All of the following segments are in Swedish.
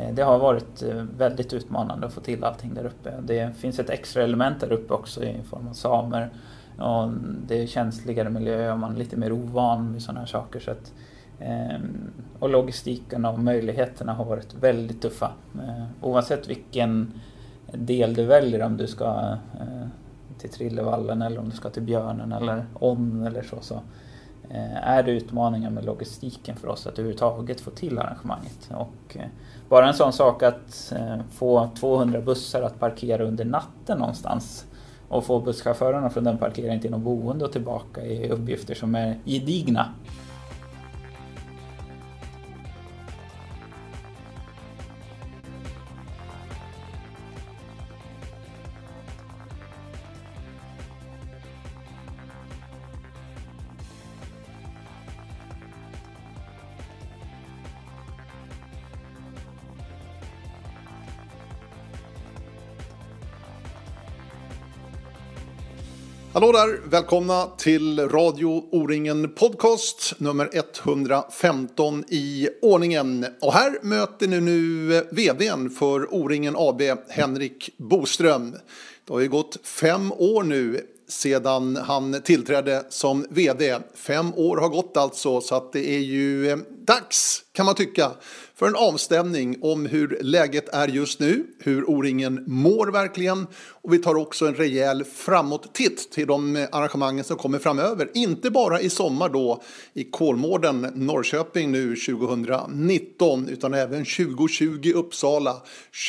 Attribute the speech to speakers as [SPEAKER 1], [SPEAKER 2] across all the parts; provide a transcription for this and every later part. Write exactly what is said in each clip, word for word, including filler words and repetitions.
[SPEAKER 1] det har varit väldigt utmanande att få till allting där uppe. Det finns ett extra element där uppe också i form av samer. Och det är känsligare miljö och man är lite mer ovan vid sådana här saker. Så att, och logistiken och möjligheterna har varit väldigt tuffa. Oavsett vilken del du väljer, om du ska till Trillevallen eller om du ska till Björnen eller om eller så, så är det utmaningar med logistiken för oss att överhuvudtaget få till arrangemanget. Och bara en sån sak att få tvåhundra bussar att parkera under natten någonstans och få busschaufförerna från den parkeringen till någon boende och tillbaka är uppgifter som är gedigna.
[SPEAKER 2] Hallå där, välkomna till Radio O-ringen podcast nummer etthundrafemton i ordningen. Och här möter ni nu vdn för O-ringen A B, Henrik Boström. Det har ju gått fem år nu sedan han tillträdde som vd. Fem år har gått alltså, så att det är ju dags, kan man tycka, för en avstämning om hur läget är just nu, hur O-ringen mår verkligen. Och vi tar också en rejäl framåt-titt till de arrangemangen som kommer framöver. Inte bara i sommar då i Kolmården, Norrköping nu tjugonitton, utan även tjugohundratjugo Uppsala,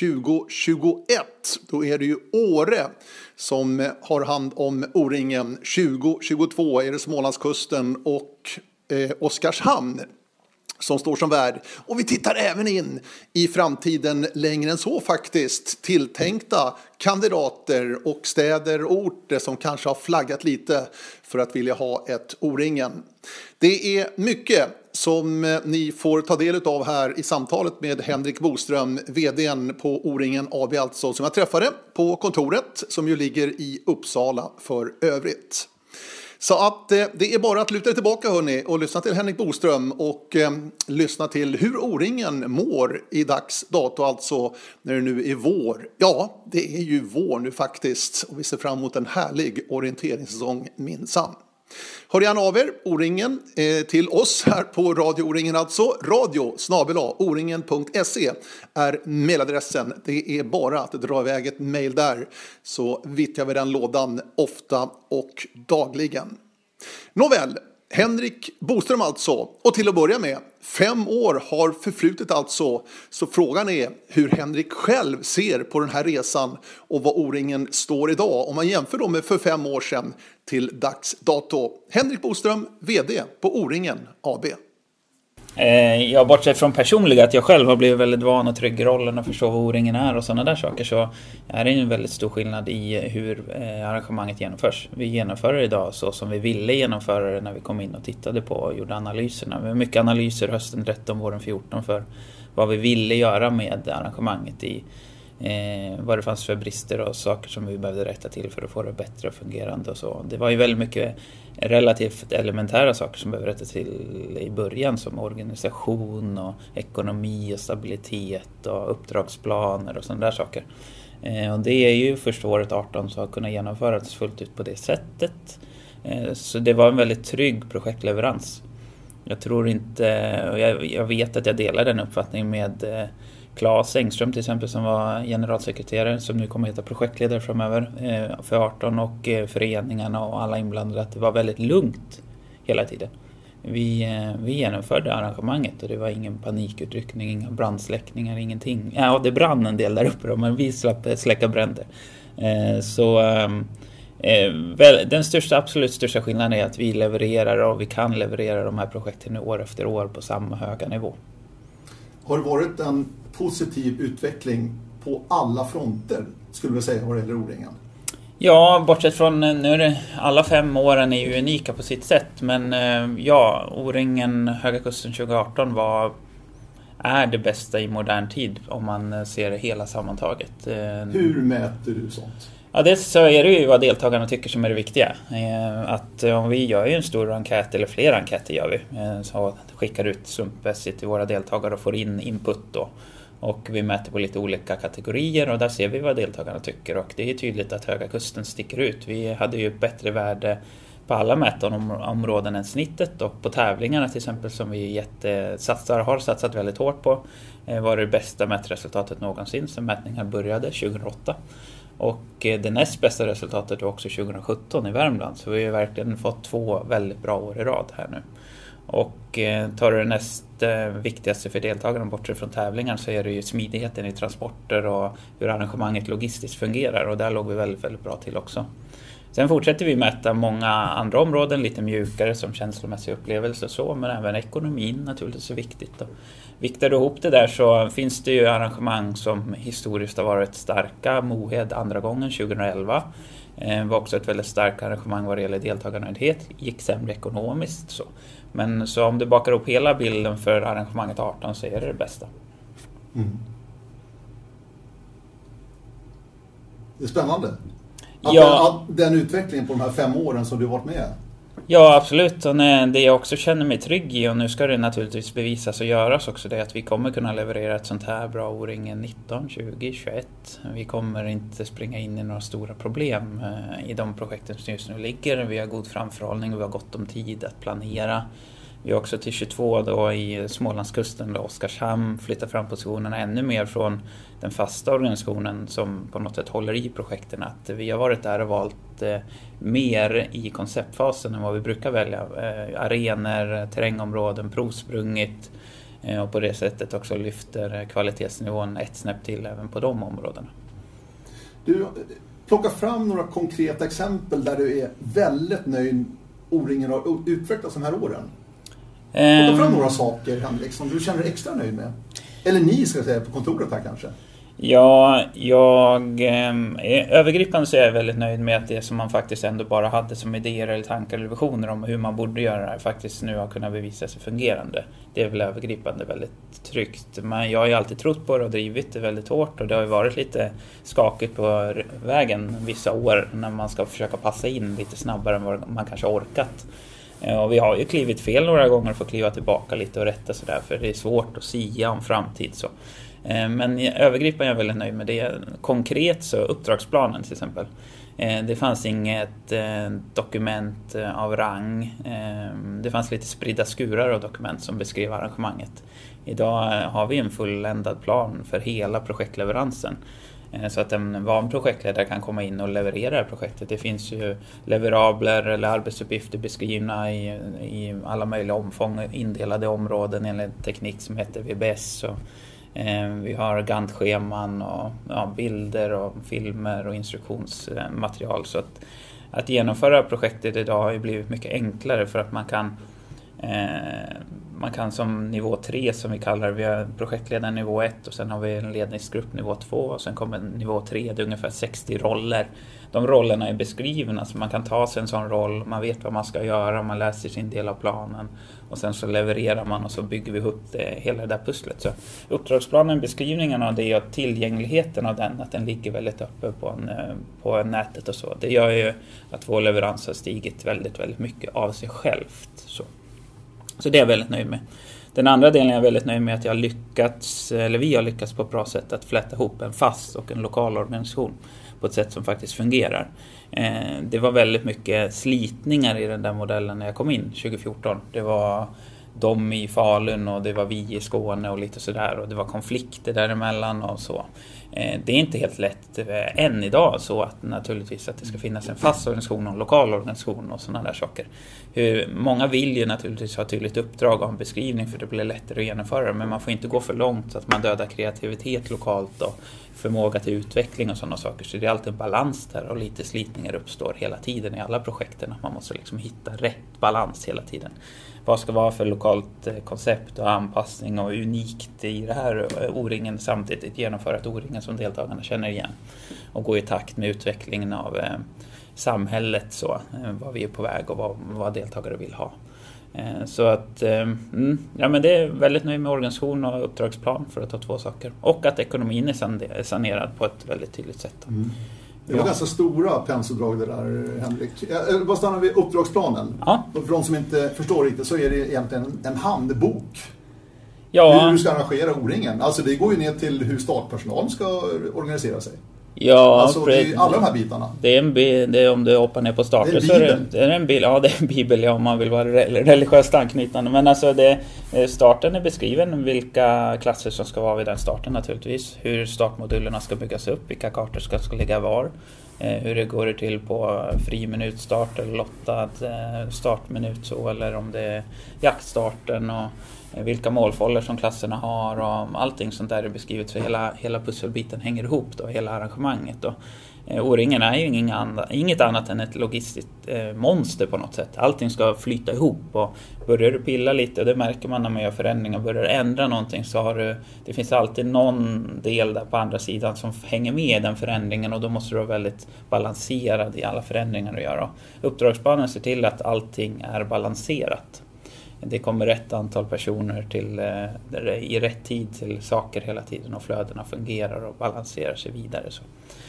[SPEAKER 2] tjugohundratjugoett. Då är det ju Åre som har hand om O-ringen. tjugohundratjugotvå är det Smålandskusten och eh, Oskarshamn som står som värd. Och vi tittar även in i framtiden längre än så faktiskt. Tilltänkta kandidater och städer och orter som kanske har flaggat lite för att vilja ha ett O-ringen. Det är mycket som ni får ta del av här i samtalet med Henrik Boström, vdn på O-ringen A B alltså, som jag träffade på kontoret som ju ligger i Uppsala för övrigt. Så att eh, det är bara att luta tillbaka hörni och lyssna till Henrik Boström och eh, lyssna till hur O-ringen mår i dags dato, alltså när det nu är vår. Ja, det är ju vår nu faktiskt och vi ser fram emot en härlig orienteringssäsong minsann. Hör gärna av er, O-ringen, eh, till oss här på Radio O-ringen alltså. Radio snabel-a o-ringen punkt se är mailadressen. Det är bara att dra iväg ett mail där, så vittjar vi den lådan ofta och dagligen. Nåväl, Henrik Boström alltså. Och till att börja med, fem år har förflutit alltså. Så frågan är hur Henrik själv ser på den här resan och vad O-ringen står idag. Om man jämför dem med för fem år sedan till dags dato. Henrik Boström, vd på O-ringen A B.
[SPEAKER 1] Jag bortsett från personliga att jag själv har blivit väldigt van och trygg i rollen och förstå vad O-ringen är och sådana där saker, så är det en väldigt stor skillnad i hur arrangemanget genomförs. Vi genomför det idag så som vi ville genomföra det när vi kom in och tittade på och gjorde analyserna. Vi har mycket analyser hösten tretton, våren fjorton för vad vi ville göra med arrangemanget i Eh, vad det fanns för brister och saker som vi behövde rätta till för att få det bättre och fungerande och så. Det var ju väldigt mycket relativt elementära saker som behövde rätta till i början, som organisation och ekonomi och stabilitet och uppdragsplaner och sådana där saker. Eh, och det är ju först året arton så har kunnat genomföras fullt ut på det sättet. Eh, så det var en väldigt trygg projektleverans. Jag tror inte, och jag, jag vet att jag delar den uppfattningen med eh, Claes Engström till exempel, som var generalsekreterare, som nu kommer att heta projektledare framöver eh, för arton, och eh, föreningarna och alla inblandade, att det var väldigt lugnt hela tiden. Vi, eh, vi genomförde arrangemanget och det var ingen panikutryckning, inga brandsläckningar, ingenting. Ja, det brann en del där uppe då, men vi slapp släcka bränder. Eh, så eh, väl, den största, absolut största skillnaden är att vi levererar och vi kan leverera de här projekten år efter år på samma höga nivå.
[SPEAKER 2] Har det varit en positiv utveckling på alla fronter, skulle vi säga, vad det gäller O-ringen?
[SPEAKER 1] Ja, bortsett från nu är det, alla fem åren är ju unika på sitt sätt, men ja, O-ringen Höga Kusten tjugo arton var, är det bästa i modern tid om man ser det hela sammantaget.
[SPEAKER 2] Hur mäter du sånt?
[SPEAKER 1] Ja, det så är det ju vad deltagarna tycker som är det viktiga. Att om vi gör ju en stor enkät, eller flera enkäter gör vi, så skickar ut slumpmässigt till våra deltagare och får in input då. Och vi mäter på lite olika kategorier och där ser vi vad deltagarna tycker. Och det är tydligt att Höga Kusten sticker ut. Vi hade ju ett bättre värde på alla mätområden än snittet. Och på tävlingarna till exempel som vi jättesatsar, har satsat väldigt hårt på var det bästa mätresultatet någonsin sedan mätningen började tjugohundraåtta. Och det näst bästa resultatet var också tjugosjutton i Värmland. Så vi har verkligen fått två väldigt bra år i rad här nu. Och tar du det näst viktigaste för deltagarna bortsett från tävlingar så är det ju smidigheten i transporter och hur arrangemanget logistiskt fungerar. Och där låg vi väldigt, väldigt bra till också. Sen fortsätter vi mäta många andra områden, lite mjukare som känslomässig upplevelse och så, men även ekonomin naturligtvis är viktigt. Och viktar du ihop det där så finns det ju arrangemang som historiskt har varit starka. Mohed andra gången tjugohundraelva eh, var också ett väldigt starkt arrangemang vad det gäller deltagarnöjdhet, gick sämre ekonomiskt så. Men så om du bakar upp hela bilden för arrangemanget arton så är det det bästa.
[SPEAKER 2] Mm. Det är spännande. Att
[SPEAKER 1] ja.
[SPEAKER 2] den, den utvecklingen på de här fem åren som du varit med.
[SPEAKER 1] Ja, absolut. Och det jag också känner mig trygg i, och nu ska det naturligtvis bevisas och göras också, det är att vi kommer kunna leverera ett sånt här bra O-ringen nitton, tjugo, tjugoett. Vi kommer inte springa in i några stora problem i de projekten som just nu ligger. Vi har god framförhållning, vi har gott om tid att planera. Vi har också till tjugotvå då i Smålandskusten, då Oskarshamn, flyttar fram positionerna ännu mer från den fasta organisationen som på något sätt håller i projekten. Att vi har varit där och valt eh, mer i konceptfasen än vad vi brukar välja. Eh, arenor, terrängområden, provsprungit eh, och på det sättet också lyfter kvalitetsnivån ett snäpp till även på de områdena.
[SPEAKER 2] Du plockar fram några konkreta exempel där du är väldigt nöjd O-ringen har utvecklats de här åren. Ta fram några saker, Henrik, som du känner dig extra nöjd med. Eller ni ska säga på kontoret här kanske.
[SPEAKER 1] Ja, jag eh, övergripande så är jag väldigt nöjd med att det som man faktiskt ändå bara hade som idéer eller tankar eller visioner om hur man borde göra det här faktiskt nu har kunnat bevisa sig fungerande. Det är väl övergripande väldigt tryggt. Men jag har ju alltid trott på det och drivit det väldigt hårt och det har ju varit lite skakigt på vägen vissa år när man ska försöka passa in lite snabbare än vad man kanske orkat. Och vi har ju klivit fel några gånger och får kliva tillbaka lite och rätta sådär för det är svårt att sia om framtid så. Men övergripande är jag väldigt nöjd med det. Konkret så uppdragsplanen till exempel. Det fanns inget dokument av rang. Det fanns lite spridda skurar av dokument som beskrev arrangemanget. Idag har vi en fulländad plan för hela projektleveransen. Så att en van projektledare kan komma in och leverera det här projektet. Det finns ju leverabler eller arbetsuppgifter beskrivna i, i alla möjliga omfång, indelade områden enligt teknik som heter V B S. Och, eh, vi har Gantt-scheman och ja, bilder och filmer och instruktionsmaterial. Så att, att genomföra projektet idag har ju blivit mycket enklare för att man kan eh, Man kan som nivå tre som vi kallar det, vi har projektledaren nivå ett och sen har vi en ledningsgrupp nivå två och sen kommer nivå tre, det är ungefär sextio roller. De rollerna är beskrivna så man kan ta sig en sån roll, man vet vad man ska göra, man läser sin del av planen och sen så levererar man och så bygger vi upp det, hela det där pusslet. Så uppdragsplanen, beskrivningen av det och tillgängligheten av den, att den ligger väldigt uppe på, en, på nätet och så. Det gör ju att vår leverans har stigit väldigt, väldigt mycket av sig självt. Så. Så det är jag väldigt nöjd med. Den andra delen är jag väldigt nöjd med att jag har lyckats, eller vi har lyckats på ett bra sätt att fläta ihop en fast och en lokal organisation på ett sätt som faktiskt fungerar. Det var väldigt mycket slitningar i den där modellen när jag kom in tjugo fjorton. Det var de i Falun och det var vi i Skåne och lite sådär och det var konflikter däremellan och så. Det är inte helt lätt än idag så att naturligtvis att det ska finnas en fast organisation och en lokal organisation och sådana där saker. Hur, många vill ju naturligtvis ha tydligt uppdrag och en beskrivning för det blir lättare att genomföra men man får inte gå för långt så att man dödar kreativitet lokalt och förmåga till utveckling och sådana saker. Så det är alltid en balans där och lite slitningar uppstår hela tiden i alla projekten. Man måste liksom hitta rätt balans hela tiden. Vad ska vara för lokalt koncept och anpassning och unikt i det här O-ringen samtidigt genomföra ett O-ringen som deltagarna känner igen och gå i takt med utvecklingen av eh, samhället så, eh, vad vi är på väg och vad, vad deltagare vill ha. Eh, så att eh, mm, ja, men det är väldigt nöjd med organisation och uppdragsplan för att ta två saker och att ekonomin är sanerad på ett väldigt tydligt sätt.
[SPEAKER 2] Mm. Det var ja. ganska stora penseldrag det där, Henrik. Vad stannar vi uppdragsplanen?
[SPEAKER 1] Ja.
[SPEAKER 2] För de som inte förstår riktigt så är det egentligen en handbok.
[SPEAKER 1] Ja.
[SPEAKER 2] Hur du ska arrangera O-ringen. Alltså det går ju ner till hur startpersonal ska organisera sig.
[SPEAKER 1] Ja,
[SPEAKER 2] alltså det är alla de här bitarna.
[SPEAKER 1] Det är en bi- det är om du hoppar ner på starter
[SPEAKER 2] så är det,
[SPEAKER 1] det är en bil. Ja, det är en bibel, ja, om man vill vara religiöst anknytande. Men alltså det, starten är beskriven vilka klasser som ska vara vid den starten naturligtvis. Hur startmodulerna ska byggas upp, vilka kartor ska, ska ligga var. Hur det går till på fri minutstart eller lottad startminut så, eller om det är jaktstarten och vilka målfållor som klasserna har och allting sånt där är beskrivet, så hela, hela pusselbiten hänger ihop då, hela arrangemanget då. O-ringen är ju inget annat, inget annat än ett logistiskt eh, monster på något sätt. Allting ska flyta ihop och börjar du pilla lite, och det märker man när man gör förändringar, börjar du ändra någonting så har du, det finns alltid någon del där på andra sidan som hänger med i den förändringen, och då måste du vara väldigt balanserad i alla förändringar du gör. Och uppdragsplanen ser till att allting är balanserat. Det kommer rätt antal personer till, eh, i rätt tid till saker hela tiden, och flödena fungerar och balanserar sig vidare så.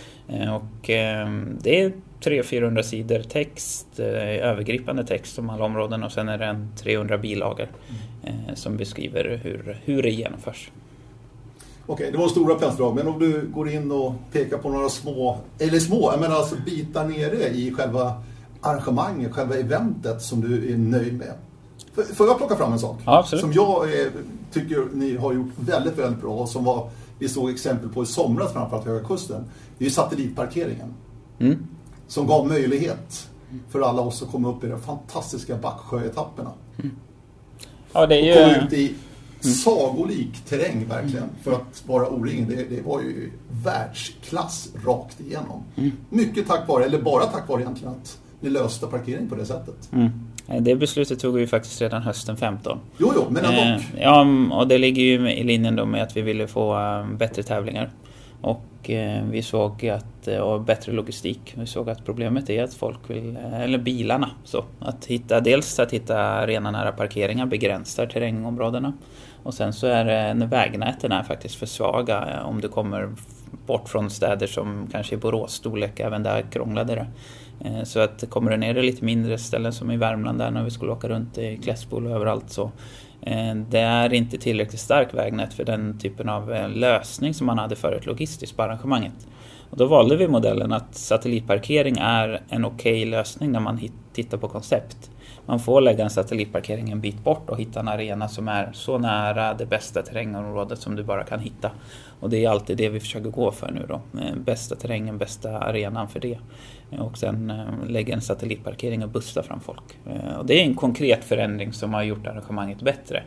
[SPEAKER 1] Och eh, det är tre till fyrahundra sidor text, eh, övergripande text om alla områden, och sen är det en trehundra bilagor eh, som beskriver hur, hur det genomförs.
[SPEAKER 2] Okej, det var stora penseldrag, men om du går in och pekar på några små, eller små, jag menar alltså bitar nere i själva arrangemanget, själva eventet som du är nöjd med. Får jag plocka fram en sak?
[SPEAKER 1] Ja, absolut.
[SPEAKER 2] Som jag eh, tycker ni har gjort väldigt, väldigt bra, och som var, vi såg exempel på i somras framförallt Höga Kusten. Det är ju satellitparkeringen. Mm. Som gav möjlighet för alla oss att komma upp i de fantastiska Backsjö-etapperna. Mm.
[SPEAKER 1] Ja, det är ju...
[SPEAKER 2] Och komma ut i mm. sagolik terräng verkligen. För att vara O-ringen, det, det var ju världsklass rakt igenom. Mm. Mycket tack vare, eller bara tack vare egentligen, att ni löste parkering på det sättet. Mm.
[SPEAKER 1] Det beslutet tog vi faktiskt redan hösten femton.
[SPEAKER 2] Jo, jo, men ändå.
[SPEAKER 1] Eh, ja, och det ligger ju i linjen då med att vi ville få uh, bättre tävlingar. Och eh, vi såg att, och bättre logistik. Vi såg att problemet är att folk vill, eller bilarna, så att hitta, dels att hitta arenanära parkeringar begränsar terrängområdena. Och sen så är det, vägnäten är faktiskt för svaga om du kommer bort från städer som kanske är Borås storlek, även där krånglade det. Så att kommer det ner i lite mindre ställen som i Värmland där när vi skulle åka runt i Klässbol och överallt, så det är inte tillräckligt stark vägnät för den typen av lösning som man hade för ett logistiskt på arrangemanget. Och då valde vi modellen att satellitparkering är en okej lösning när man tittar på koncept. Man får lägga en satellitparkering en bit bort och hitta en arena som är så nära det bästa terrängområdet som du bara kan hitta. Och det är alltid det vi försöker gå för nu då. Bästa terrängen, bästa arenan för det. Och sen lägga en satellitparkering och bussa fram folk. Och det är en konkret förändring som har gjort arrangemanget bättre.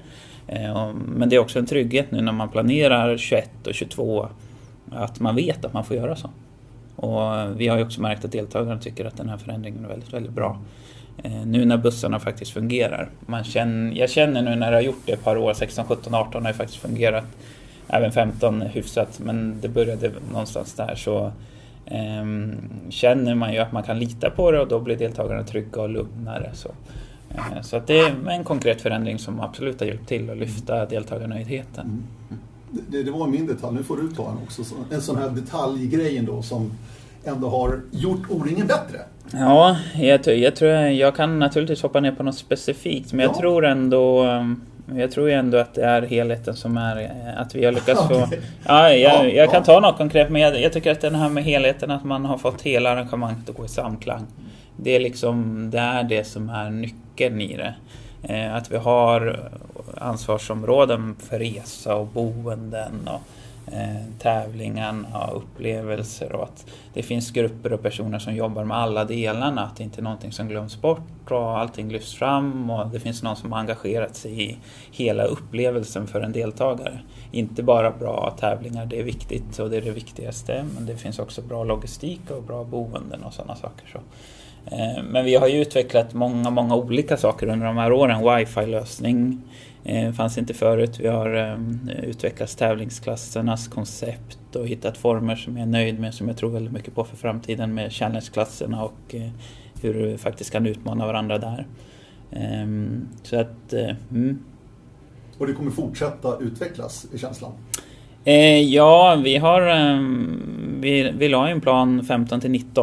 [SPEAKER 1] Men det är också en trygghet nu när man planerar tjugoett och tjugotvå att man vet att man får göra så. Och vi har ju också märkt att deltagarna tycker att den här förändringen är väldigt, väldigt bra. Nu när bussarna faktiskt fungerar. Man känner, jag känner nu när jag har gjort det ett par år, sexton, sjutton, arton har det faktiskt fungerat. Även femton hyfsat, men det började någonstans där, så eh, känner man ju att man kan lita på det, och då blir deltagarna trygga och lugnare. Så, eh, så att det är en konkret förändring som absolut har hjälpt till att lyfta deltagarnöjdheten. Mm.
[SPEAKER 2] Det, det var min detalj, nu får du ta en också. En sån här detaljgrej då som ändå har gjort O-ringen bättre.
[SPEAKER 1] Ja, jag, jag tror jag kan naturligtvis hoppa ner på något specifikt, men ja. jag tror ändå jag tror ändå att det är helheten som är att vi har lyckats få. Okay. Ja, jag, ja, jag kan ja. ta något konkret, men jag, jag tycker att den här med helheten, att man har fått hela arrangemanget att gå i samklang. Det är liksom det är det som är nyckeln i det. Att vi har ansvarsområden för resa och boenden och tävlingarna och upplevelser, och att det finns grupper och personer som jobbar med alla delarna, att det inte är någonting som glöms bort och allting lyfts fram, och det finns någon som har engagerat sig i hela upplevelsen för en deltagare. Inte bara bra tävlingar, det är viktigt och det är det viktigaste, men det finns också bra logistik och bra boenden och sådana saker. Så. Men vi har ju utvecklat många, många olika saker under de här åren. Wifi-lösning eh, fanns inte förut. Vi har eh, utvecklat tävlingsklassernas koncept och hittat former som jag är nöjd med, som jag tror väldigt mycket på för framtiden, med challenge-klasserna och eh, hur vi faktiskt kan utmana varandra där. Eh, så att... Eh, mm.
[SPEAKER 2] Och det kommer fortsätta utvecklas i känslan?
[SPEAKER 1] Eh, ja, vi har... Eh, vi, vi la en plan femton till nitton.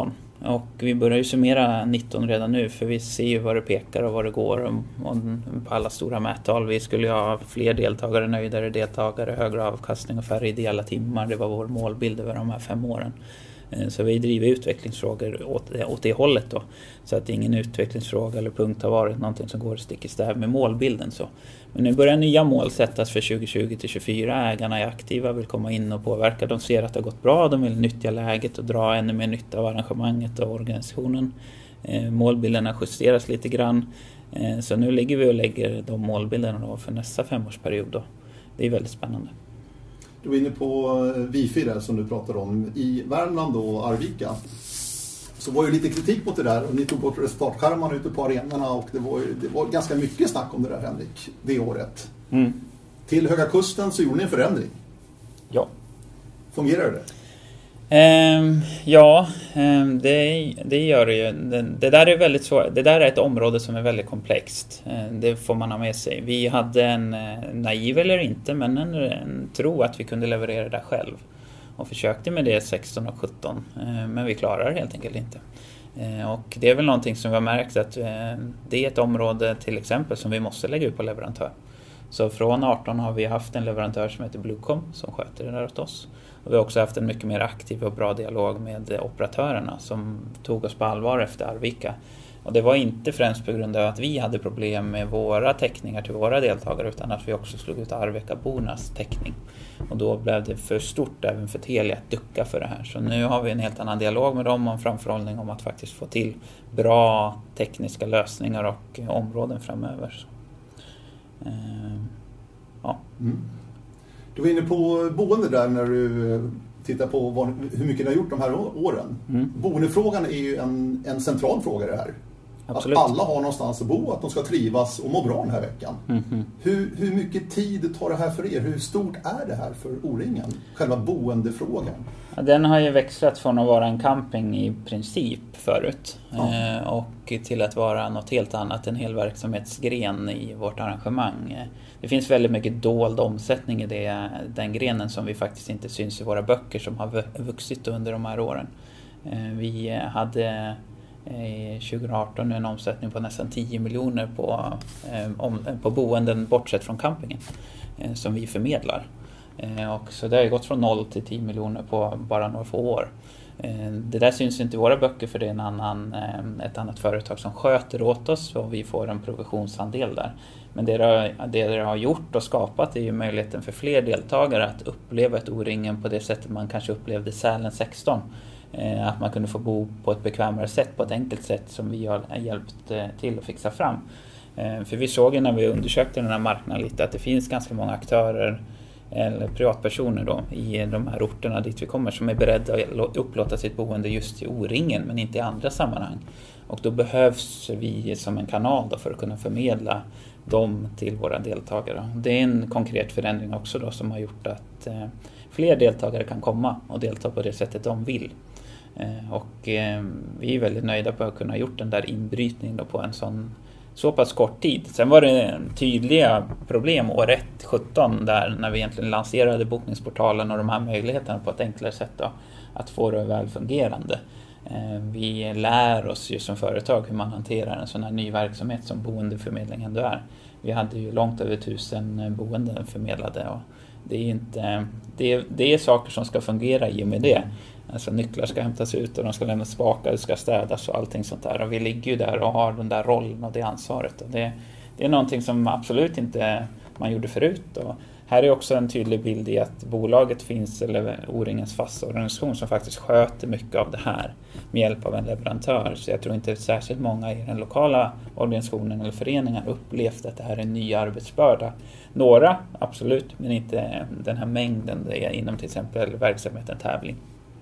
[SPEAKER 1] Och vi börjar ju summera nitton redan nu, för vi ser ju vad det pekar och vad det går och, och på alla stora mättal. Vi skulle ju ha fler deltagare, nöjdare deltagare, högre avkastning och färre ideella timmar. Det var vår målbild över de här fem åren. Så vi driver utvecklingsfrågor åt, åt det hållet då. Så att ingen utvecklingsfråga eller punkt har varit någonting som går stick i stäv med målbilden. Så. Men nu börjar nya mål sättas för tjugo tjugo till tjugofyra. Ägarna är aktiva, vill komma in och påverka. De ser att det har gått bra, de vill nyttja läget och dra ännu mer nytta av arrangemanget och organisationen. Eh, målbilderna justeras lite grann. Eh, så nu ligger vi och lägger de målbilderna då för nästa femårsperiod då. Det är väldigt spännande.
[SPEAKER 2] Du var inne på Wifi där som du pratade om. I Värmland och Arvika så var ju lite kritik mot det där. Och ni tog bort resultatskärmarna ute på arenorna och det var, ju, det var ganska mycket snack om det där, Henrik, det året. Mm. Till Höga Kusten så gjorde ni en förändring.
[SPEAKER 1] Ja.
[SPEAKER 2] Fungerar det?
[SPEAKER 1] Um, ja, um, det, det gör det ju. Det, det där är väldigt svårt. Det där är ett område som är väldigt komplext. Uh, det får man ha med sig. Vi hade en uh, naiv eller inte, men en, en tro att vi kunde leverera det där själv. Och försökte med det sexton och sjutton, uh, men vi klarar det helt enkelt inte. Uh, och det är väl någonting som vi har märkt att uh, det är ett område till exempel som vi måste lägga ut på leverantör. Så från arton har vi haft en leverantör som heter Bluecom som sköter det där åt oss. Och vi har också haft en mycket mer aktiv och bra dialog med operatörerna som tog oss på allvar efter Arvika. Och det var inte främst på grund av att vi hade problem med våra täckningar till våra deltagare, utan att vi också slog ut Arvika-bornas täckning. Och då blev det för stort även för Telia att ducka för det här. Så nu har vi en helt annan dialog med dem om framförhållning om att faktiskt få till bra tekniska lösningar och områden framöver. Uh, ja.
[SPEAKER 2] Mm. Du var inne på boende där när du tittar på vad, hur mycket ni har gjort de här åren. Mm. Boendefrågan är ju en, en central fråga i det här. Absolut. Att alla har någonstans att bo, att de ska trivas och må bra den här veckan. Mm-hmm. Hur, hur mycket tid tar det här för er? Hur stort är det här för O-ringen? Själva boendefrågan.
[SPEAKER 1] Ja, den har ju växlat från att vara en camping i princip förut. Ja. Eh, och till att vara något helt annat, en hel verksamhetsgren i vårt arrangemang. Det finns väldigt mycket dold omsättning i det, den grenen som vi faktiskt inte syns i våra böcker som har vuxit under de här åren. Eh, vi hade i tjugo arton en omsättning på nästan tio miljoner på, eh, om, på boenden bortsett från campingen eh, som vi förmedlar. Eh, och så det har gått från noll till tio miljoner på bara några få år. Eh, det där syns inte i våra böcker för det är en annan, eh, ett annat företag som sköter åt oss och vi får en provisionsandel där. Men det det, det det har gjort och skapat är ju möjligheten för fler deltagare att uppleva ett O-ringen på det sättet man kanske upplevde Sälen sexton. Att man kunde få bo på ett bekvämare sätt, på ett enkelt sätt som vi har hjälpt till att fixa fram. För vi såg ju när vi undersökte den här marknaden lite att det finns ganska många aktörer eller privatpersoner då i de här orterna dit vi kommer som är beredda att upplåta sitt boende just i O-ringen men inte i andra sammanhang. Och då behövs vi som en kanal då för att kunna förmedla dem till våra deltagare. Det är en konkret förändring också då som har gjort att fler deltagare kan komma och delta på det sättet de vill. Och eh, vi är väldigt nöjda på att kunna ha gjort den där inbrytningen då på en sån, så pass kort tid. Sen var det tydliga problem år ett sjutton där när vi egentligen lanserade bokningsportalen och de här möjligheterna på ett enklare sätt då, att få det väl fungerande. Eh, vi lär oss ju som företag hur man hanterar en sån här ny verksamhet som boendeförmedling ändå är. Vi hade ju långt över tusen boenden förmedlade och det är, inte, det, är, det är saker som ska fungera i och med det. Alltså nycklar ska hämtas ut och de ska lämnas tillbaka, det ska städas och allting sånt där. Och vi ligger ju där och har den där rollen och det ansvaret. Och det, det är någonting som absolut inte man gjorde förut. Och här är också en tydlig bild i att bolaget finns, eller O-ringens fasta organisation som faktiskt sköter mycket av det här med hjälp av en leverantör. Så jag tror inte särskilt många i den lokala organisationen eller föreningen upplevt att det här är en ny arbetsbörda. Några, absolut, men inte den här mängden det är inom till exempel verksamheten tävling.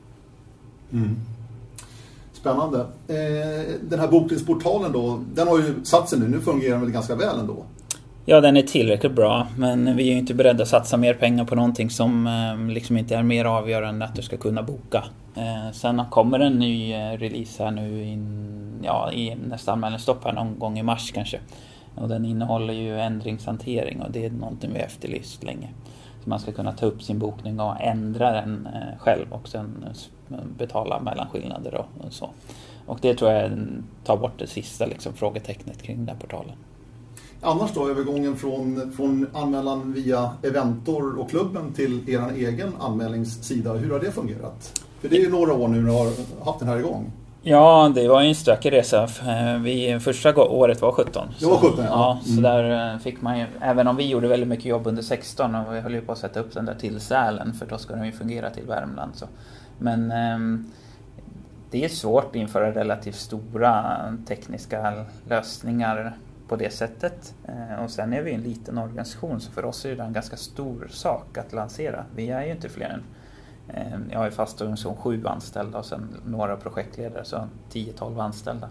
[SPEAKER 2] Mm. Spännande. Eh, den här bokningsportalen då, den har ju satt sig nu, nu fungerar den väl ganska väl ändå?
[SPEAKER 1] Ja, den är tillräckligt bra, men vi är ju inte beredda att satsa mer pengar på någonting som eh, liksom inte är mer avgörande att du ska kunna boka. Eh, sen kommer en ny eh, release här nu in, ja, i nästa anmälningsstopp här någon gång i mars kanske. Och den innehåller ju ändringshantering och det är någonting vi efterlyst länge. Så man ska kunna ta upp sin bokning och ändra den eh, själv och sen betala mellanskillnader och, och så. Och det tror jag tar bort det sista liksom, frågetecknet kring den här portalen.
[SPEAKER 2] Annars då, övergången från, från anmälan via Eventor och klubben till er egen anmälningssida, hur har det fungerat? För det är ju några år nu när ni har haft den här igång.
[SPEAKER 1] Ja, det var ju en stökig resa. Vi, första året var sjutton.
[SPEAKER 2] Det var sjutton, ja.
[SPEAKER 1] ja så mm. där fick man ju, även om vi gjorde väldigt mycket jobb under sexton och vi höll ju på att sätta upp den där till Sälen, för då ska den ju fungera till Värmland. Så. Men eh, det är svårt att införa relativt stora tekniska lösningar på det sättet. Eh, och sen är vi en liten organisation, så för oss är det en ganska stor sak att lansera. Vi är ju inte fler än Jag har ju fast organisation sju anställda och sen några projektledare, så tio tolv anställda.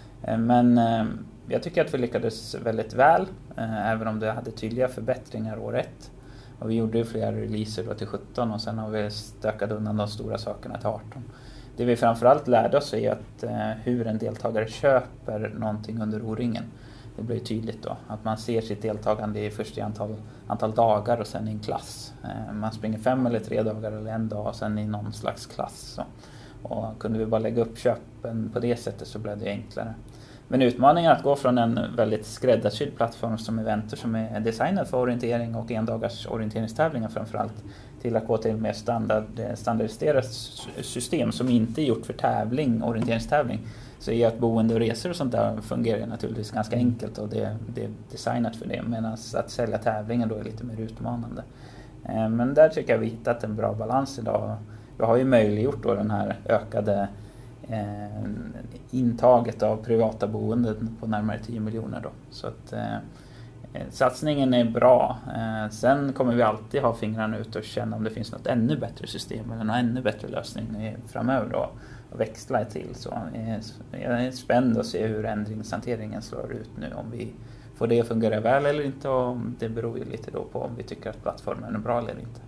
[SPEAKER 1] Men jag tycker att vi lyckades väldigt väl, även om det hade tydliga förbättringar år ett. Och vi gjorde ju flera releaser då till sjutton och sen har vi stökat undan de stora sakerna till arton. Det vi framförallt lärde oss är att hur en deltagare köper någonting under O-ringen. Det blir tydligt då att man ser sitt deltagande i först i antal, antal dagar och sen i en klass. Man springer fem eller tre dagar eller en dag och sen i någon slags klass. Så. Och kunde vi bara lägga upp köpen på det sättet så blev det enklare. Men utmaningen att gå från en väldigt skräddarsydd plattform som Eventor, som är designad för orientering och endagars orienteringstävlingar framförallt, till att gå till ett mer standard, standardiserat system som inte är gjort för tävling, orienteringstävling. Så är att boende och resor och sånt där fungerar naturligtvis ganska enkelt och det, det är designat för det. Medan att sälja tävlingen då är lite mer utmanande. Men där tycker jag vi hittat en bra balans idag. Vi har ju möjliggjort då den här ökade eh, intaget av privata boenden på närmare tio miljoner då. Så att eh, satsningen är bra. Eh, sen kommer vi alltid ha fingrarna ut och känna om det finns något ännu bättre system eller någon ännu bättre lösning framöver då. Och växla till. Så jag är spänd att se hur ändringshanteringen slår ut nu. Om vi får det att fungera väl eller inte. Och det beror ju lite då på om vi tycker att plattformen är bra eller inte.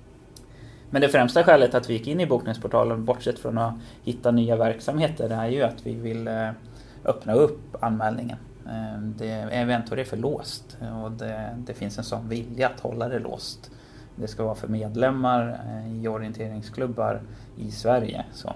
[SPEAKER 1] Men det främsta skälet att vi gick in i bokningsportalen, bortsett från att hitta nya verksamheter, det är ju att vi vill öppna upp anmälningen. Det, Eventor är för låst och det, det finns en sån vilja att hålla det låst. Det ska vara för medlemmar i orienteringsklubbar i Sverige. Så.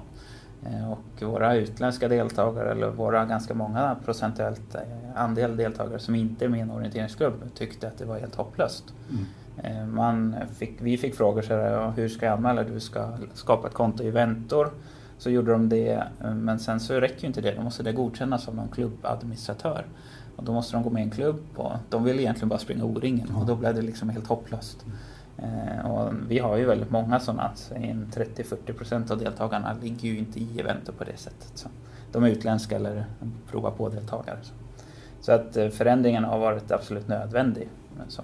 [SPEAKER 1] Och våra utländska deltagare, eller våra ganska många procentuellt andel deltagare som inte är med i en orienteringsklubb, tyckte att det var helt hopplöst. Mm. Man fick, vi fick frågor så här, hur ska jag anmäla? Du ska skapa ett konto i Eventor. Så gjorde de det, men sen så räcker ju inte det. Då måste det godkännas av någon klubbadministratör. Och då måste de gå med i en klubb och de vill egentligen bara springa O-ringen. Mm. Och då blev det liksom helt hopplöst. Eh, och vi har ju väldigt många sådana, en trettio till fyrtio procent av deltagarna ligger ju inte i Eventor på det sättet. Så de är utländska eller prova på deltagare. Så, så att förändringen har varit absolut nödvändig. Så.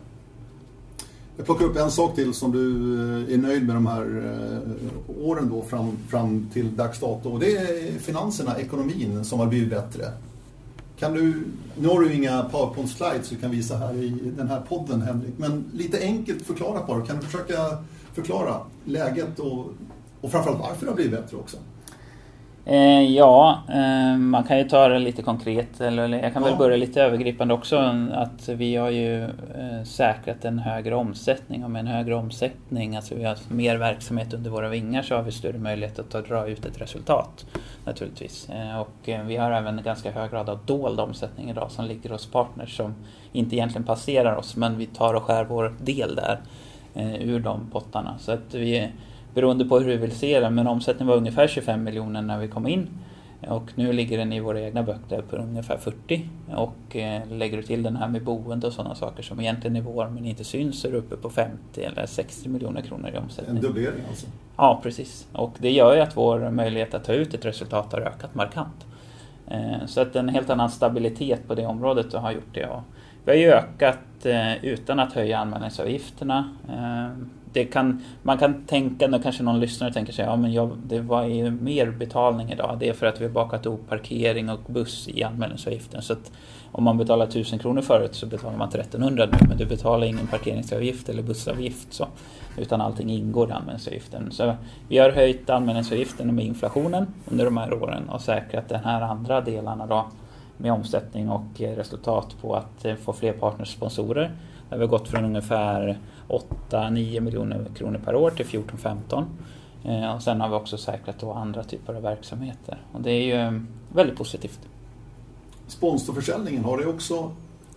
[SPEAKER 2] Jag plockar upp en sak till som du är nöjd med de här åren då fram, fram till dags dato. Och det är finanserna, ekonomin som har blivit bättre. Kan du, nu har du inga PowerPoint-slides du kan visa här i den här podden, Henrik. Men lite enkelt förklara på det. Kan du försöka förklara läget och, och framförallt varför det har blivit bättre också?
[SPEAKER 1] Eh, ja, eh, man kan ju ta det lite konkret. Eller jag kan ja. väl börja lite övergripande också. Att vi har ju eh, säkrat en högre omsättning. Och med en högre omsättning, alltså vi har mer verksamhet under våra vingar, så har vi större möjlighet att dra ut ett resultat. Naturligtvis. Eh, och eh, vi har även en ganska hög grad av dold omsättning idag som ligger hos partners som inte egentligen passerar oss. Men vi tar och skär vår del där eh, ur de pottarna. Så att vi... Beroende på hur vi vill se det, men omsättningen var ungefär tjugofem miljoner när vi kom in. Och nu ligger den i våra egna böcker på ungefär fyrtio. Och eh, lägger du till den här med boende och sådana saker som egentligen är vår men inte syns, så är uppe på femtio eller sextio miljoner kronor i omsättning.
[SPEAKER 2] En dubblering alltså?
[SPEAKER 1] Ja, precis. Och det gör ju att vår möjlighet att ta ut ett resultat har ökat markant. Eh, så att en helt annan stabilitet på det området har gjort det. Och vi har ju ökat eh, utan att höja anmälningsavgifterna. Eh, Det kan, man kan tänka, när kanske någon lyssnare tänker sig, ja men jag, det var ju mer betalning idag. Det är för att vi har bakat ihop parkering och buss i anmälningsavgiften. Så att om man betalar tusen kronor förut så betalar man trettonhundra nu. Men du betalar ingen parkeringsavgift eller bussavgift. Så, utan allting ingår i anmälningsavgiften. Så vi har höjt anmälningsavgiften med inflationen under de här åren. Och säkrat den här andra delarna då, med omsättning och resultat på att få fler partnersponsorer. Där vi har gått från ungefär åtta till nio miljoner kronor per år till fjorton till femton. Eh, och sen har vi också säkrat då andra typer av verksamheter. Och det är ju väldigt positivt.
[SPEAKER 2] Sponsorförsäljningen, har det också